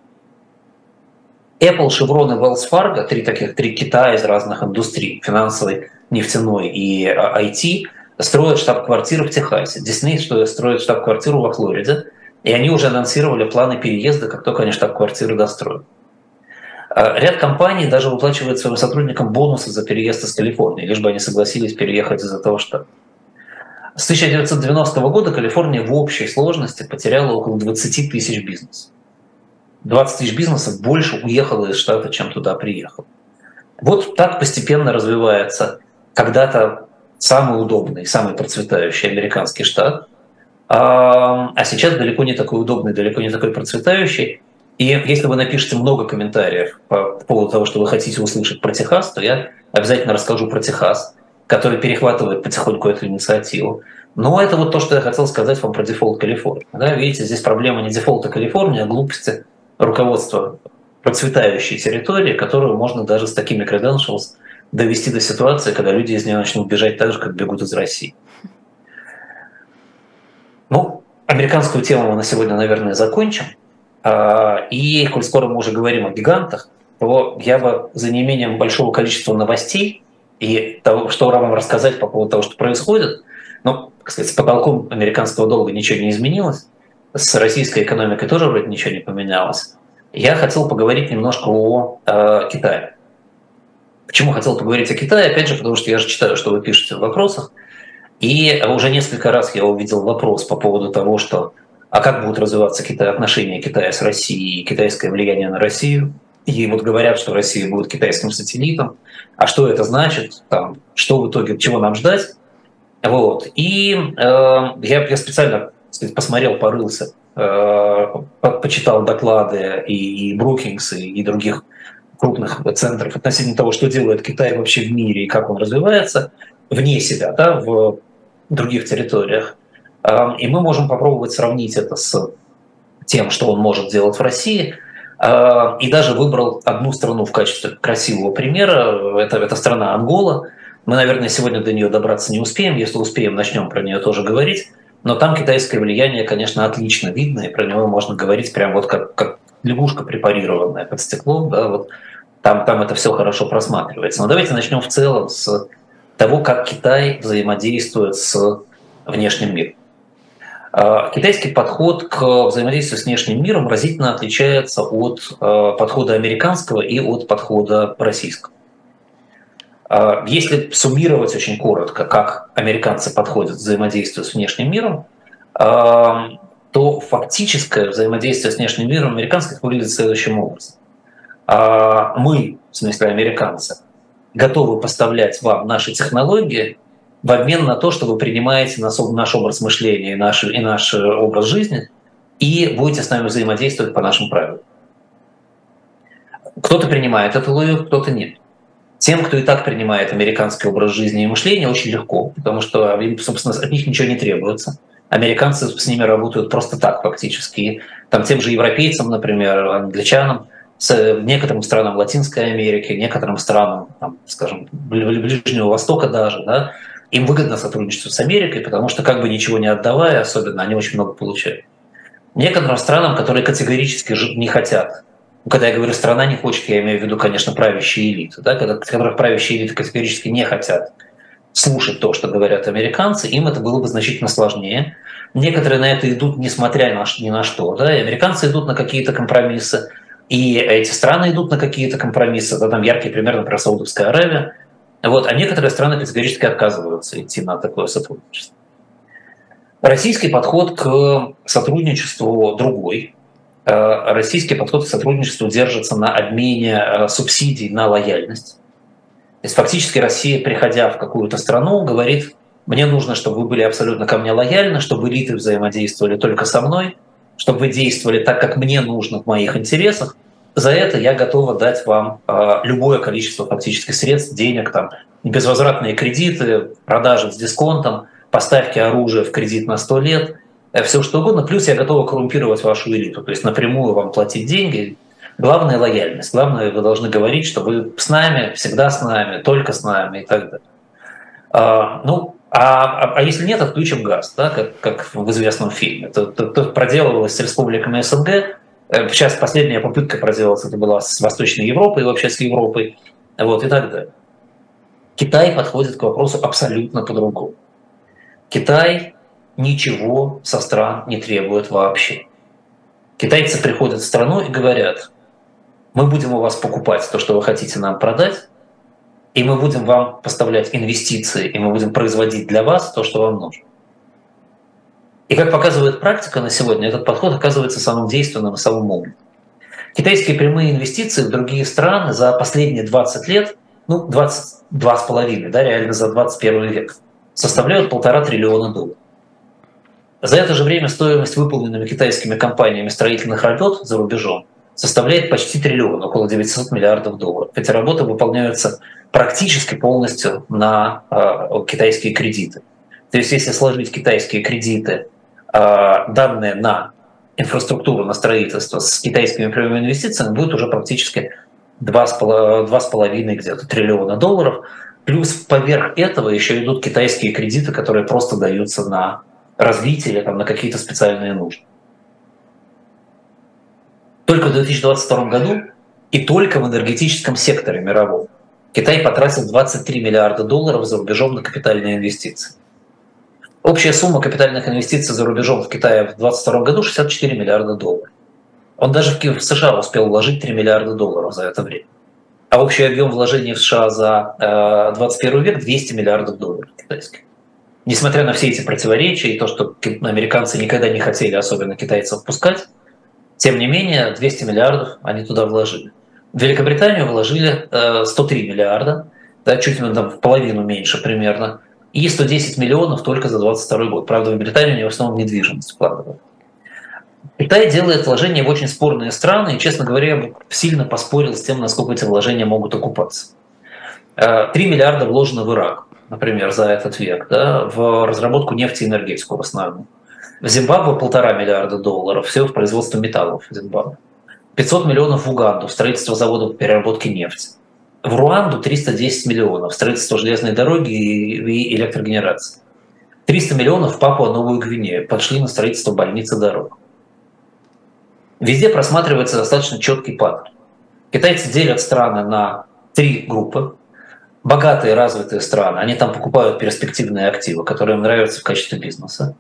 Apple, Chevron и Wells Fargo, три таких, три кита из разных индустрий, финансовой, нефтяной и ай ти, строят штаб-квартиру в Техасе. Disney строит штаб-квартиру во Флориде, и они уже анонсировали планы переезда, как только они штаб-квартиры достроят. Ряд компаний даже выплачивает своим сотрудникам бонусы за переезд из Калифорнии, лишь бы они согласились переехать из этого штата. С тысяча девятьсот девяностого года Калифорния в общей сложности потеряла около двадцать тысяч бизнесов. двадцать тысяч бизнесов больше уехало из штата, чем туда приехало. Вот так постепенно развивается когда-то самый удобный, самый процветающий американский штат, а сейчас далеко не такой удобный, далеко не такой процветающий. И если вы напишете много комментариев по поводу того, что вы хотите услышать про Техас, то я обязательно расскажу про Техас, который перехватывает потихоньку эту инициативу. Но это вот то, что я хотел сказать вам про дефолт Калифорнии. Да, видите, здесь проблема не дефолта Калифорнии, а глупости руководства процветающей территории, которую можно даже с такими credentials довести до ситуации, когда люди из нее начнут бежать так же, как бегут из России. Ну, американскую тему мы на сегодня, наверное, закончим. И, коль скоро мы уже говорим о гигантах, то я бы за неимением большого количества новостей и того, что вам рассказать по поводу того, что происходит, ну, так сказать, с потолком американского долга ничего не изменилось, с российской экономикой тоже вроде ничего не поменялось. Я хотел поговорить немножко о э, Китае. Почему хотел поговорить о Китае? Опять же, потому что я же читаю, что вы пишете в вопросах, и уже несколько раз я увидел вопрос по поводу того, что а как будут развиваться Китай, отношения Китая с Россией, китайское влияние на Россию. И вот говорят, что Россия будет китайским сателлитом. А что это значит? Там, что в итоге, чего нам ждать? Вот. И э, я, я специально, так сказать, посмотрел, порылся, э, почитал доклады и, и Brookings, и, и других крупных центров относительно того, что делает Китай вообще в мире и как он развивается вне себя, да, в других территориях. И мы можем попробовать сравнить это с тем, что он может делать в России. И даже выбрал одну страну в качестве красивого примера. Это, это страна Ангола. Мы, наверное, сегодня до нее добраться не успеем. Если успеем, начнем про нее тоже говорить. Но там китайское влияние, конечно, отлично видно, и про него можно говорить прям вот как, как лягушка, препарированная под стеклом. Да, вот там, там это все хорошо просматривается. Но давайте начнем в целом с того, как Китай взаимодействует с внешним миром. Китайский подход к взаимодействию с внешним миром разительно отличается от подхода американского и от подхода российского. Если суммировать очень коротко, как американцы подходят к взаимодействию с внешним миром, то фактическое взаимодействие с внешним миром американских выглядит следующим образом. Мы, в смысле американцы, готовы поставлять вам наши технологии в обмен на то, что вы принимаете наш образ мышления и наш, и наш образ жизни, и будете с нами взаимодействовать по нашим правилам. Кто-то принимает эту логику, кто-то нет. Тем, кто и так принимает американский образ жизни и мышления, очень легко, потому что им, собственно, от них ничего не требуется. Американцы с ними работают просто так фактически. И там тем же европейцам, например, англичанам, с некоторым странам Латинской Америки, некоторым странам, там, скажем, Ближнего Востока даже, да, им выгодно сотрудничество с Америкой, потому что как бы ничего не отдавая, особенно, они очень много получают. Некоторым странам, которые категорически не хотят, когда я говорю «страна не хочет», я имею в виду, конечно, правящие элиты, да, когда, которых правящие элиты категорически не хотят слушать то, что говорят американцы, им это было бы значительно сложнее. Некоторые на это идут, несмотря ни на что, да, и американцы идут на какие-то компромиссы, и эти страны идут на какие-то компромиссы, да, там яркий пример, например, Саудовская Аравия, вот, а некоторые страны категорически отказываются идти на такое сотрудничество. Российский подход к сотрудничеству другой. Российский подход к сотрудничеству держится на обмене субсидий на лояльность. То есть фактически Россия, приходя в какую-то страну, говорит: мне нужно, чтобы вы были абсолютно ко мне лояльны, чтобы элиты взаимодействовали только со мной, чтобы вы действовали так, как мне нужно в моих интересах. За это я готова дать вам э, любое количество фактически средств, денег, там, безвозвратные кредиты, продажи с дисконтом, поставки оружия в кредит на сто лет, э, все что угодно. Плюс я готова коррумпировать вашу элиту, то есть напрямую вам платить деньги. Главное — лояльность. Главное, вы должны говорить, что вы с нами, всегда с нами, только с нами и так далее. А, ну, а, а если нет, отключим газ, да, как, как в известном фильме. Это, это, это проделывалось с республиками СНГ. Сейчас последняя попытка проделать это была с Восточной Европой, вообще с Европой, вот, и так далее. Китай подходит к вопросу абсолютно по-другому. Китай ничего со стран не требует вообще. Китайцы приходят в страну и говорят: мы будем у вас покупать то, что вы хотите нам продать, и мы будем вам поставлять инвестиции, и мы будем производить для вас то, что вам нужно. И как показывает практика на сегодня, этот подход оказывается самым действенным и самым умным. Китайские прямые инвестиции в другие страны за последние двадцать лет, ну, двадцать два с половиной, да, реально за двадцать первый век, составляют полтора триллиона долларов. За это же время стоимость выполненными китайскими компаниями строительных работ за рубежом составляет почти триллион, около девятьсот миллиардов долларов. Эти работы выполняются практически полностью на э, китайские кредиты. То есть если сложить китайские кредиты, данные на инфраструктуру, на строительство с китайскими прямыми инвестициями, будет уже практически два с половиной где-то триллиона долларов. Плюс поверх этого еще идут китайские кредиты, которые просто даются на развитие или там, на какие-то специальные нужды. Только в две тысячи двадцать втором году и только в энергетическом секторе мировом Китай потратил двадцать три миллиарда долларов за рубежом на капитальные инвестиции. Общая сумма капитальных инвестиций за рубежом в Китае в две тысячи двадцать втором году шестьдесят четыре миллиарда долларов. Он даже в США успел вложить три миллиарда долларов за это время. А общий объем вложений в США за двадцать первый век двести миллиардов долларов китайских. Несмотря на все эти противоречия и то, что американцы никогда не хотели особенно китайцев пускать, тем не менее двести миллиардов они туда вложили. В Великобританию вложили сто три миллиарда, да, чуть там, в половину меньше примерно, и сто десять миллионов только за двадцать второй год. Правда, в Британию они в основном недвижимость вкладывают. Китай делает вложения в очень спорные страны, и, честно говоря, я бы сильно поспорил с тем, насколько эти вложения могут окупаться. три миллиарда вложено в Ирак, например, за этот век, да, в разработку нефти и энергетику в основном. В Зимбабве полтора миллиарда долларов, все в производство металлов в Зимбабве. пятьсот миллионов в Уганду, в строительство завода по переработке нефти. В Руанду триста десять миллионов, строительство железной дороги и электрогенерации. триста миллионов в Папуа-Новую Гвинею пошли на строительство больниц и дорог. Везде просматривается достаточно четкий паттерн. Китайцы делят страны на три группы. Богатые развитые страны, они там покупают перспективные активы, которые им нравятся в качестве бизнеса.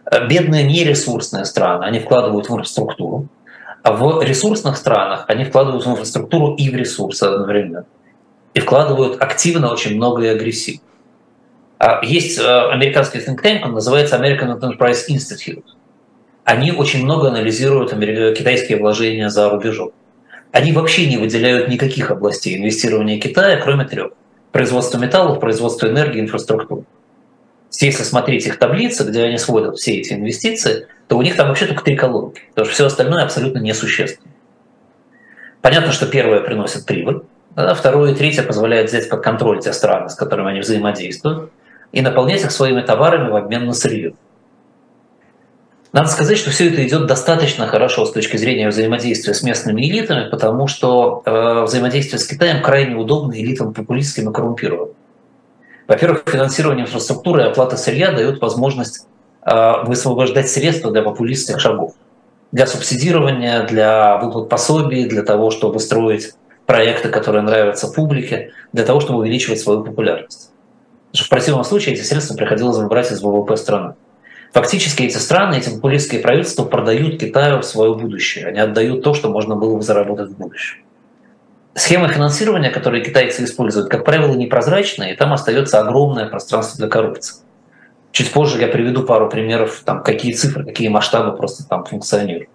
Бедные нересурсные страны, они вкладывают в инфраструктуру, а в ресурсных странах они вкладывают в инфраструктуру и в ресурсы одновременно. И вкладывают активно очень много и агрессивно. Есть американский think tank, он называется American Enterprise Institute. Они очень много анализируют китайские вложения за рубежом. Они вообще не выделяют никаких областей инвестирования Китая, кроме трех. Производство металлов, производство энергии, инфраструктуры. Если смотреть их таблицы, где они сводят все эти инвестиции, то у них там вообще только три колонки, потому что все остальное абсолютно несущественно. Понятно, что первое приносит прибыль, а второе и третье позволяет взять под контроль те страны, с которыми они взаимодействуют, и наполнять их своими товарами в обмен на сырье. Надо сказать, что все это идет достаточно хорошо с точки зрения взаимодействия с местными элитами, потому что э, взаимодействие с Китаем крайне удобно элитам популистским и коррумпированным. Во-первых, финансирование инфраструктуры и оплата сырья дает возможность э, высвобождать средства для популистских шагов, для субсидирования, для выплат пособий, для того, чтобы строить проекты, которые нравятся публике, для того, чтобы увеличивать свою популярность. Потому что в противном случае эти средства приходилось выбирать из вэ вэ пэ страны. Фактически эти страны, эти популистские правительства продают Китаю свое будущее. Они отдают то, что можно было бы заработать в будущем. Схемы финансирования, которые китайцы используют, как правило, непрозрачные, и там остается огромное пространство для коррупции. Чуть позже я приведу пару примеров, там, какие цифры, какие масштабы просто там функционируют.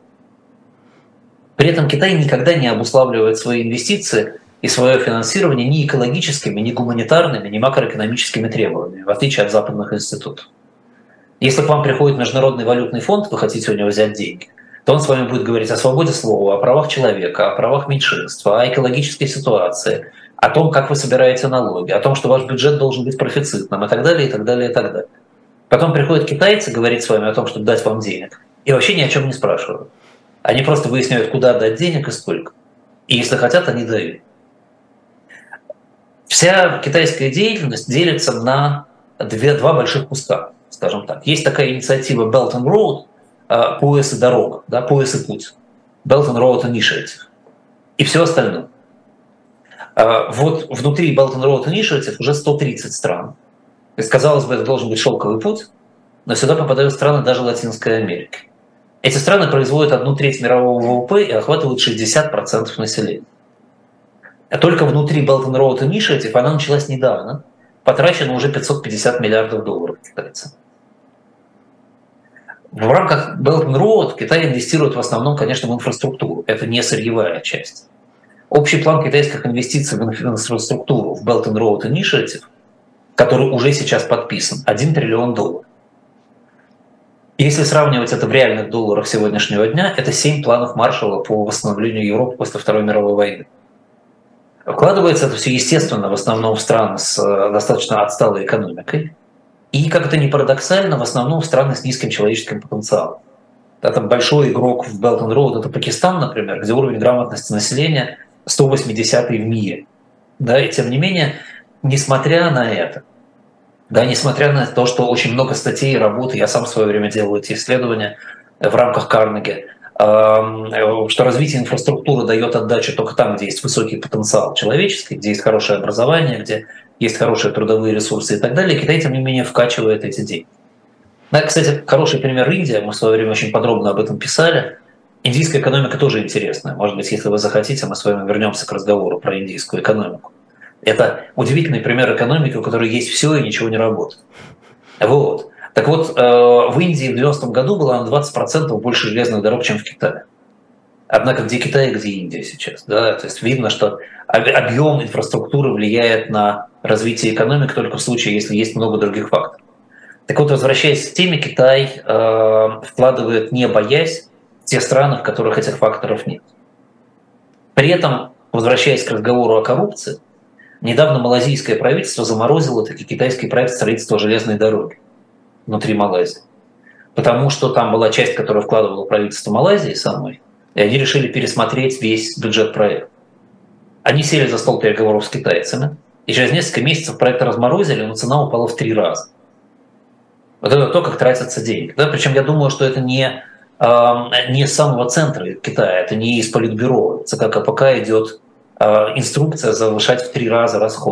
При этом Китай никогда не обуславливает свои инвестиции и свое финансирование ни экологическими, ни гуманитарными, ни макроэкономическими требованиями, в отличие от западных институтов. Если к вам приходит Международный валютный фонд, вы хотите у него взять деньги, то он с вами будет говорить о свободе слова, о правах человека, о правах меньшинства, о экологической ситуации, о том, как вы собираете налоги, о том, что ваш бюджет должен быть профицитным и так далее, и так далее, и так далее. Потом приходят китайцы говорить с вами о том, чтобы дать вам денег, и вообще ни о чем не спрашивают. Они просто выясняют, куда дать денег и сколько. И если хотят, они дают. Вся китайская деятельность делится на две, два больших куска, скажем так. Есть такая инициатива Belt and Road, пояс и дорога, да, пояс и путь. Belt and Road Initiative. И все остальное. Вот внутри Belt and Road Initiative уже сто тридцать стран. То есть, казалось бы, это должен быть шелковый путь, но сюда попадают страны даже Латинской Америки. Эти страны производят одну треть мирового вэ вэ пэ и охватывают шестьдесят процентов населения. А только внутри Belt and Road Initiative, она началась недавно, потрачено уже пятьсот пятьдесят миллиардов долларов китайцам. В рамках Belt and Road Китай инвестирует в основном, конечно, в инфраструктуру. Это не сырьевая часть. Общий план китайских инвестиций в инфраструктуру в Belt and Road Initiative, который уже сейчас подписан, один триллион долларов. Если сравнивать это в реальных долларах сегодняшнего дня, это семь планов Маршалла по восстановлению Европы после Второй мировой войны. Вкладывается это все, естественно, в основном в страны с достаточно отсталой экономикой. И, как это ни парадоксально, в основном в страны с низким человеческим потенциалом. Да, там большой игрок в Belt and Road – это Пакистан, например, где уровень грамотности населения сто восьмидесятый в мире. Да, и тем не менее, несмотря на это, да, несмотря на то, что очень много статей и работы, я сам в свое время делал эти исследования в рамках Карнеги, что развитие инфраструктуры дает отдачу только там, где есть высокий потенциал человеческий, где есть хорошее образование, где есть хорошие трудовые ресурсы и так далее, Китай, тем не менее, вкачивает эти деньги. Да, кстати, хороший пример Индия, мы в свое время очень подробно об этом писали. Индийская экономика тоже интересная. Может быть, если вы захотите, мы с вами вернемся к разговору про индийскую экономику. Это удивительный пример экономики, у которой есть все и ничего не работает. Вот. Так вот, в Индии в девяностом году было на двадцать процентов больше железных дорог, чем в Китае. Однако где Китай и где Индия сейчас? Да? То есть видно, что объем инфраструктуры влияет на развитие экономики только в случае, если есть много других факторов. Так вот, возвращаясь к теме, Китай э, вкладывает, не боясь, в те страны, в которых этих факторов нет. При этом, возвращаясь к разговору о коррупции, недавно малазийское правительство заморозило таки китайский проект строительства железной дороги внутри Малайзии. Потому что там была часть, которую вкладывало правительство Малайзии самой, и они решили пересмотреть весь бюджет проекта. Они сели за стол переговоров с китайцами, и через несколько месяцев проект разморозили, но цена упала в три раза. Вот это то, как тратятся деньги. Да? Причем я думаю, что это не, э, не с самого центра Китая, это не из политбюро. ЦК КПК идет э, инструкция завышать в три раза расходы.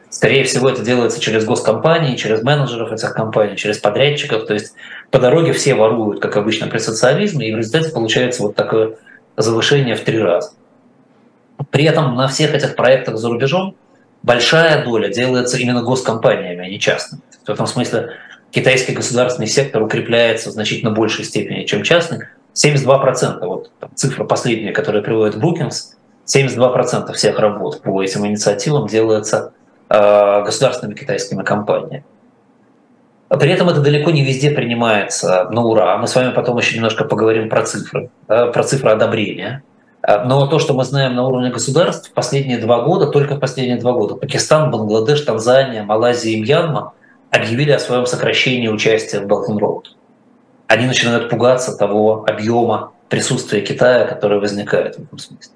Скорее всего, это делается через госкомпании, через менеджеров этих компаний, через подрядчиков. То есть по дороге все воруют, как обычно при социализме, и в результате получается вот такое завышение в три раза. При этом на всех этих проектах за рубежом большая доля делается именно госкомпаниями, а не частными. В этом смысле китайский государственный сектор укрепляется в значительно большей степени, чем частный. семьдесят два процента, вот там, цифра последняя, которая приводит Brookings, семьдесят два процента всех работ по этим инициативам делается э, государственными китайскими компаниями. При этом это далеко не везде принимается на ура. Мы с вами потом еще немножко поговорим про цифры, да, про цифры одобрения. Но то, что мы знаем на уровне государств, в последние два года, только в последние два года, Пакистан, Бангладеш, Танзания, Малайзия и Мьянма объявили о своем сокращении участия в Belt and Road. Они начинают пугаться того объема присутствия Китая, которое возникает в этом смысле.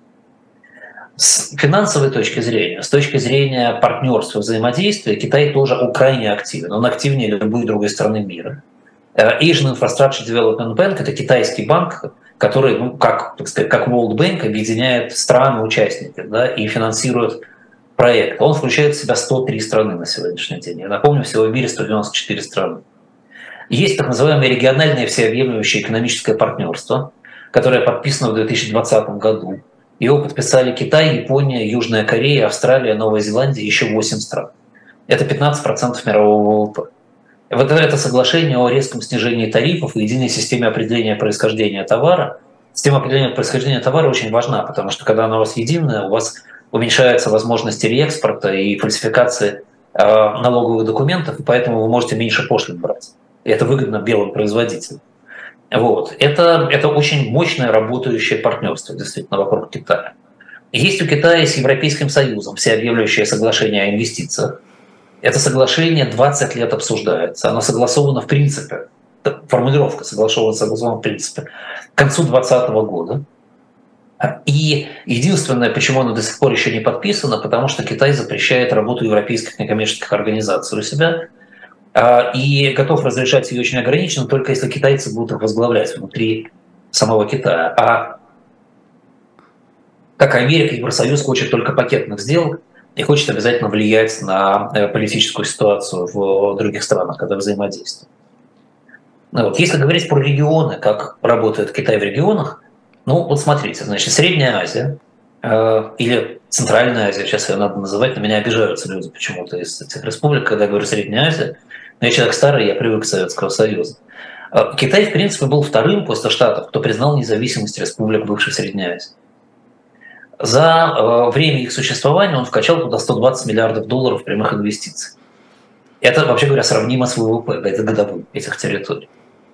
С финансовой точки зрения, с точки зрения партнерства, взаимодействия, Китай тоже крайне активен. Он активнее любой другой страны мира. Asian Infrastructure Development Bank – это китайский банк, который, ну, как, так сказать, как World Bank, объединяет страны-участники, да, и финансирует проект. Он включает в себя сто три страны на сегодняшний день. Я напомню, всего в мире сто девяносто четыре страны. Есть так называемое региональное всеобъемлющее экономическое партнерство, которое подписано в две тысячи двадцатом году. Его подписали Китай, Япония, Южная Корея, Австралия, Новая Зеландия и еще восемь стран. Это пятнадцать процентов мирового ВВП. Вот это соглашение о резком снижении тарифов и единой системе определения происхождения товара. Система определения происхождения товара очень важна, потому что когда она у вас единая, у вас уменьшаются возможности реэкспорта и фальсификации э, налоговых документов, и поэтому вы можете меньше пошлин брать. И это выгодно белым производителям. Вот. Это, это очень мощное работающее партнерство, действительно, вокруг Китая. Есть у Китая с Европейским Союзом всеобъемлющее соглашение о инвестициях. Это соглашение двадцать лет обсуждается. Оно согласовано в принципе, формулировка согласована, согласована в принципе, к концу двадцатого года. И единственное, почему оно до сих пор еще не подписано, потому что Китай запрещает работу европейских некоммерческих организаций у себя и готов разрешать ее очень ограниченно, только если китайцы будут их возглавлять внутри самого Китая. А как Америка, Евросоюз хочет только пакетных сделок и хочет обязательно влиять на политическую ситуацию в других странах, когда взаимодействует. Вот. Если говорить про регионы, как работает Китай в регионах, ну вот смотрите, значит, Средняя Азия э, или Центральная Азия, сейчас ее надо называть, на меня обижаются люди почему-то из этих республик, когда я говорю Средняя Азия. Но я человек старый, я привык к Советскому Союзу. Китай, в принципе, был вторым после Штатов, кто признал независимость республик бывшей Средней Азии. За время их существования он вкачал туда сто двадцать миллиардов долларов прямых инвестиций. Это, вообще говоря, сравнимо с ВВП, это годовым этих территорий.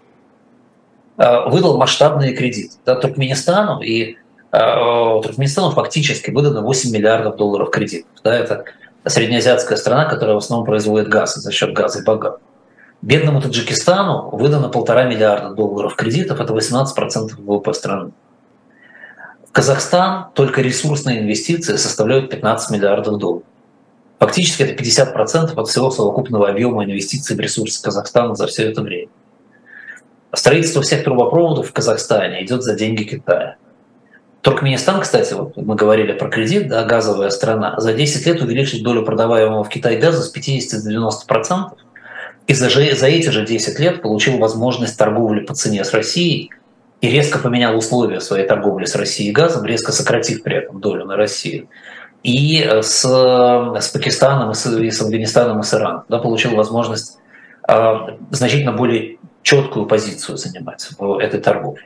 Выдал масштабные кредиты. Да, Туркменистану, и э, Туркменистану фактически выдано восемь миллиардов долларов кредитов. Да, это среднеазиатская страна, которая в основном производит газ и за счет газа и богата. Бедному Таджикистану выдано полтора миллиарда долларов кредитов, это восемнадцать процентов ВВП страны. В Казахстан только ресурсные инвестиции составляют пятнадцать миллиардов долларов. Фактически это пятьдесят процентов от всего совокупного объема инвестиций в ресурсы Казахстана за все это время. Строительство всех трубопроводов в Казахстане идет за деньги Китая. Туркменистан, кстати, вот мы говорили про кредит, да, газовая страна, за десять лет увеличить долю продаваемого в Китае газа с пятидесяти до девяноста процентов, и за, за эти же десять лет получил возможность торговли по цене с Россией и резко поменял условия своей торговли с Россией газом, резко сократив при этом долю на Россию. И с, с Пакистаном, и с, и с Афганистаном, и с Ираном, да, получил возможность э, значительно более четкую позицию занимать в этой торговле.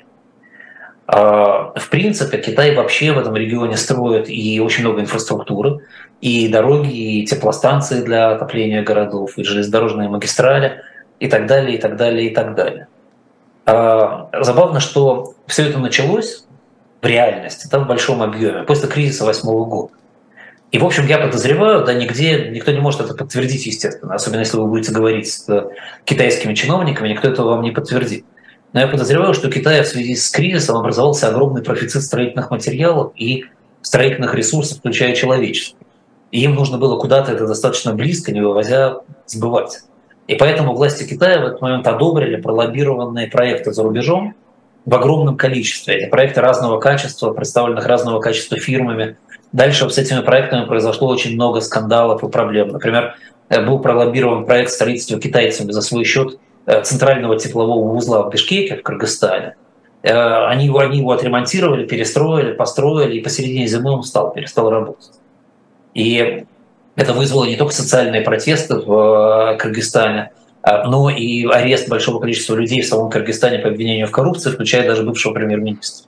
В принципе, Китай вообще в этом регионе строит и очень много инфраструктуры, и дороги, и теплостанции для отопления городов, и железнодорожные магистрали, и так далее, и так далее, и так далее. Забавно, что все это началось в реальности, там в большом объеме, после кризиса восьмого года. И, в общем, я подозреваю, да, нигде, никто не может это подтвердить, естественно, особенно если вы будете говорить с китайскими чиновниками, никто этого вам не подтвердит. Но я подозреваю, что у Китая в связи с кризисом образовался огромный профицит строительных материалов и строительных ресурсов, включая человечество. И им нужно было куда-то это достаточно близко, не вывозя, сбывать. И поэтому власти Китая в этот момент одобрили пролоббированные проекты за рубежом в огромном количестве. Эти проекты разного качества, представленных разного качества фирмами Дальше с этими проектами произошло очень много скандалов и проблем. Например, был пролоббирован проект строительства китайцами за свой счет центрального теплового узла в Бишкеке, в Кыргызстане. Они его, они его отремонтировали, перестроили, построили, и посередине зимы он встал, перестал работать. И это вызвало не только социальные протесты в Кыргызстане, но и арест большого количества людей в самом Кыргызстане по обвинению в коррупции, включая даже бывшего премьер-министра.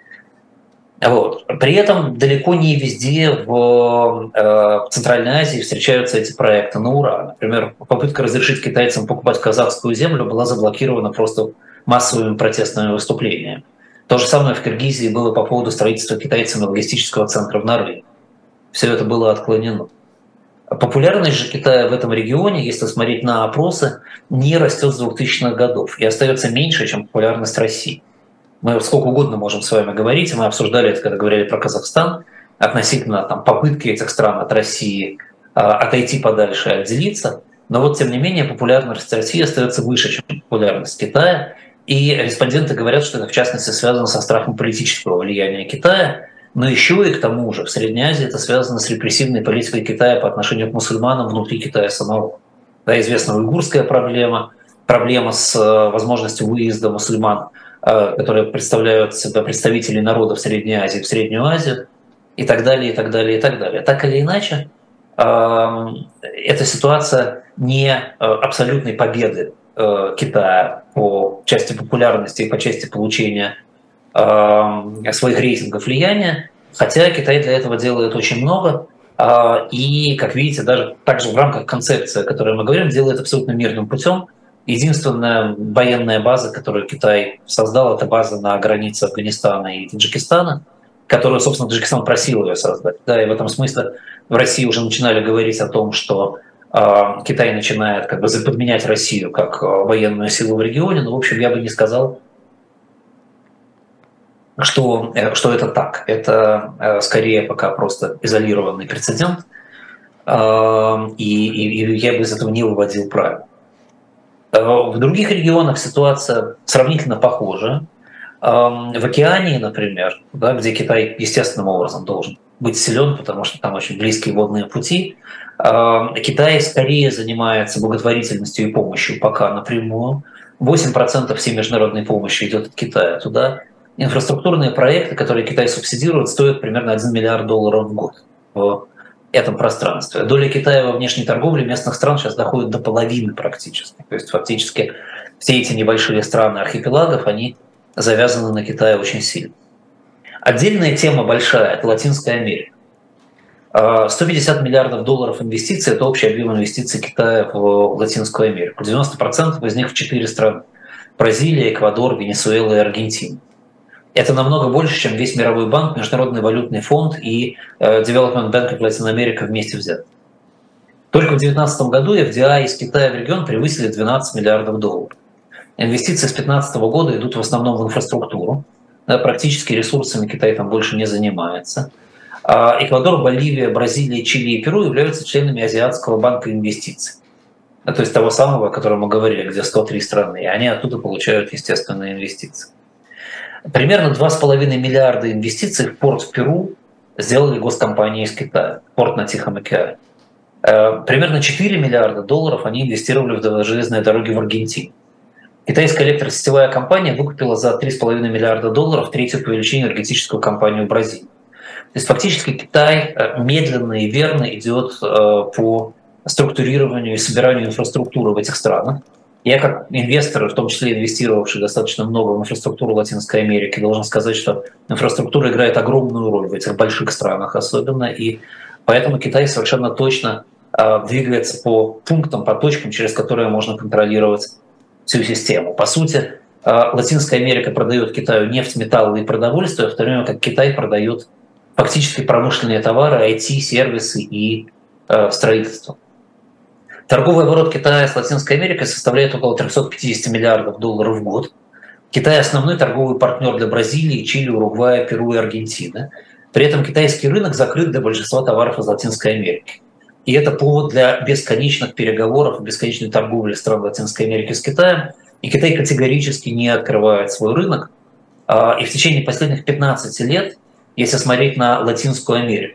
Вот. При этом далеко не везде в э, Центральной Азии встречаются эти проекты на ура. Например, попытка разрешить китайцам покупать казахскую землю была заблокирована просто массовыми протестными выступлениями. То же самое в Киргизии было по поводу строительства китайцами логистического центра в Нарве. Все это было отклонено. Популярность же Китая в этом регионе, если смотреть на опросы, не растет с двухтысячных годов и остается меньше, чем популярность России. Мы сколько угодно можем с вами говорить, мы обсуждали это, когда говорили про Казахстан, относительно там, попытки этих стран от России э, отойти подальше и отделиться, но вот тем не менее популярность России остается выше, чем популярность Китая, и респонденты говорят, что это в частности связано со страхом политического влияния Китая, но еще и к тому же в Средней Азии это связано с репрессивной политикой Китая по отношению к мусульманам внутри Китая самого. Да, известна уйгурская проблема, проблема с возможностью выезда мусульман, которые представляют себя представителей народов Средней Азии в Среднюю Азию, и так далее, и так далее, и так далее. Так или иначе, эта ситуация не абсолютной победы Китая по части популярности и по части получения своих рейтингов влияния, хотя Китай для этого делает очень много, и, как видите, даже также в рамках концепции, о которой мы говорим, делает абсолютно мирным путем. Единственная военная база, которую Китай создал, это база на границе Афганистана и Таджикистана, которую, собственно, Таджикистан просил ее создать. Да, и в этом смысле в России уже начинали говорить о том, что э, Китай начинает как бы подменять Россию как э, военную силу в регионе, но, в общем, я бы не сказал, что, э, что это так. Это э, скорее пока просто изолированный прецедент, э, и, и, и я бы из этого не выводил правил. В других регионах ситуация сравнительно похожа. В Океании, например, да, где Китай естественным образом должен быть силен, потому что там очень близкие водные пути, Китай скорее занимается благотворительностью и помощью пока напрямую. восемь процентов всей международной помощи идет от Китая туда. Инфраструктурные проекты, которые Китай субсидирует, стоят примерно один миллиард долларов в год в этом пространстве. Доля Китая во внешней торговле местных стран сейчас доходит до половины практически. То есть фактически все эти небольшие страны архипелагов, они завязаны на Китае очень сильно. Отдельная тема большая – это Латинская Америка. сто пятьдесят миллиардов долларов инвестиций – это общий объем инвестиций Китая в Латинскую Америку. девяносто процентов из них в четыре страны – Бразилия, Эквадор, Венесуэла и Аргентина. Это намного больше, чем весь Мировой банк, Международный валютный фонд и Development Bank of Latin America вместе взяты. Только в две тысячи девятнадцатом году эф ди ай из Китая в регион превысили двенадцать миллиардов долларов. Инвестиции с две тысячи пятнадцатого года идут в основном в инфраструктуру. Практически ресурсами Китай там больше не занимается. Эквадор, Боливия, Бразилия, Чили и Перу являются членами Азиатского банка инвестиций. То есть того самого, о котором мы говорили, где сто три страны. И они оттуда получают естественные инвестиции. Примерно два с половиной миллиарда инвестиций в порт в Перу сделали госкомпании из Китая, порт на Тихом океане. Примерно четыре миллиарда долларов они инвестировали в железные дороги в Аргентине. Китайская электросетевая компания выкупила за три с половиной миллиарда долларов третью по величине энергетическую компанию в Бразилии. То есть фактически Китай медленно и верно идет по структурированию и собиранию инфраструктуры в этих странах. Я как инвестор, в том числе инвестировавший достаточно много в инфраструктуру Латинской Америки, должен сказать, что инфраструктура играет огромную роль в этих больших странах особенно, и поэтому Китай совершенно точно двигается по пунктам, по точкам, через которые можно контролировать всю систему. По сути, Латинская Америка продает Китаю нефть, металлы и продовольствие, в то время как Китай продает фактически промышленные товары, ай ти, сервисы и строительство. Торговый оборот Китая с Латинской Америкой составляет около триста пятьдесят миллиардов долларов в год. Китай – основной торговый партнер для Бразилии, Чили, Уругвая, Перу и Аргентины. При этом китайский рынок закрыт для большинства товаров из Латинской Америки. И это повод для бесконечных переговоров, бесконечной торговли стран Латинской Америки с Китаем. И Китай категорически не открывает свой рынок. И в течение последних пятнадцати лет, если смотреть на Латинскую Америку,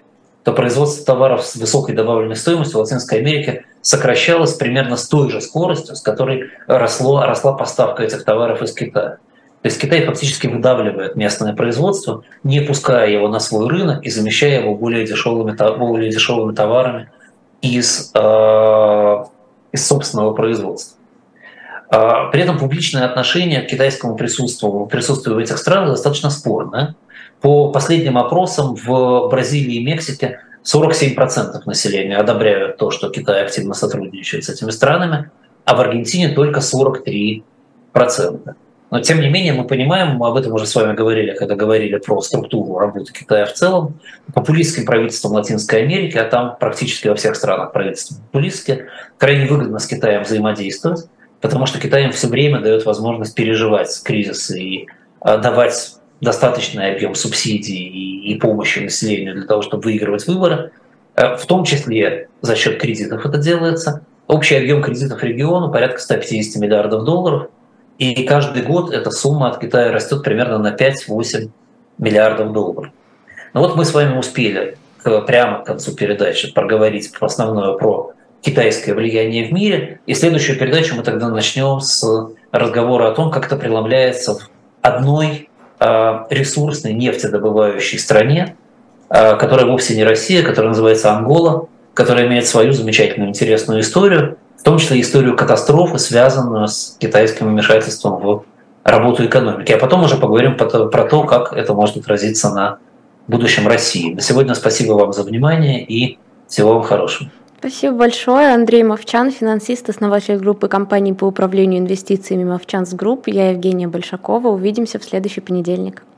то производство товаров с высокой добавленной стоимостью в Латинской Америке сокращалось примерно с той же скоростью, с которой росло, росла поставка этих товаров из Китая. То есть Китай фактически выдавливает местное производство, не пуская его на свой рынок и замещая его более дешевыми, более дешевыми товарами из, э, из собственного производства. При этом публичное отношение к китайскому присутствию, присутствию в этих странах достаточно спорное. По последним опросам в Бразилии и Мексике сорок семь процентов населения одобряют то, что Китай активно сотрудничает с этими странами, а в Аргентине только сорок три процента. Но тем не менее мы понимаем, мы об этом уже с вами говорили, когда говорили про структуру работы Китая в целом, популистским правительством Латинской Америки, а там практически во всех странах правительства популистские, крайне выгодно с Китаем взаимодействовать, потому что Китай им все время дает возможность переживать кризисы и давать достаточный объем субсидий и, и помощи населению для того, чтобы выигрывать выборы, в том числе за счет кредитов это делается. Общий объем кредитов региону порядка сто пятьдесят миллиардов долларов, и каждый год эта сумма от Китая растет примерно на пять-восемь миллиардов долларов. Ну вот мы с вами успели к, прямо к концу передачи проговорить основное про китайское влияние в мире, и следующую передачу мы тогда начнем с разговора о том, как это преломляется в одной э, ресурсной нефтедобывающей стране, э, которая вовсе не Россия, которая называется Ангола, которая имеет свою замечательную интересную историю, в том числе историю катастрофы, связанную с китайским вмешательством в работу экономики. А потом уже поговорим про то, как это может отразиться на будущем России. На сегодня спасибо вам за внимание и всего вам хорошего. Спасибо большое. Андрей Мовчан, финансист, основатель группы компаний по управлению инвестициями Мовчанс Групп. Я Евгения Большакова. Увидимся в следующий понедельник.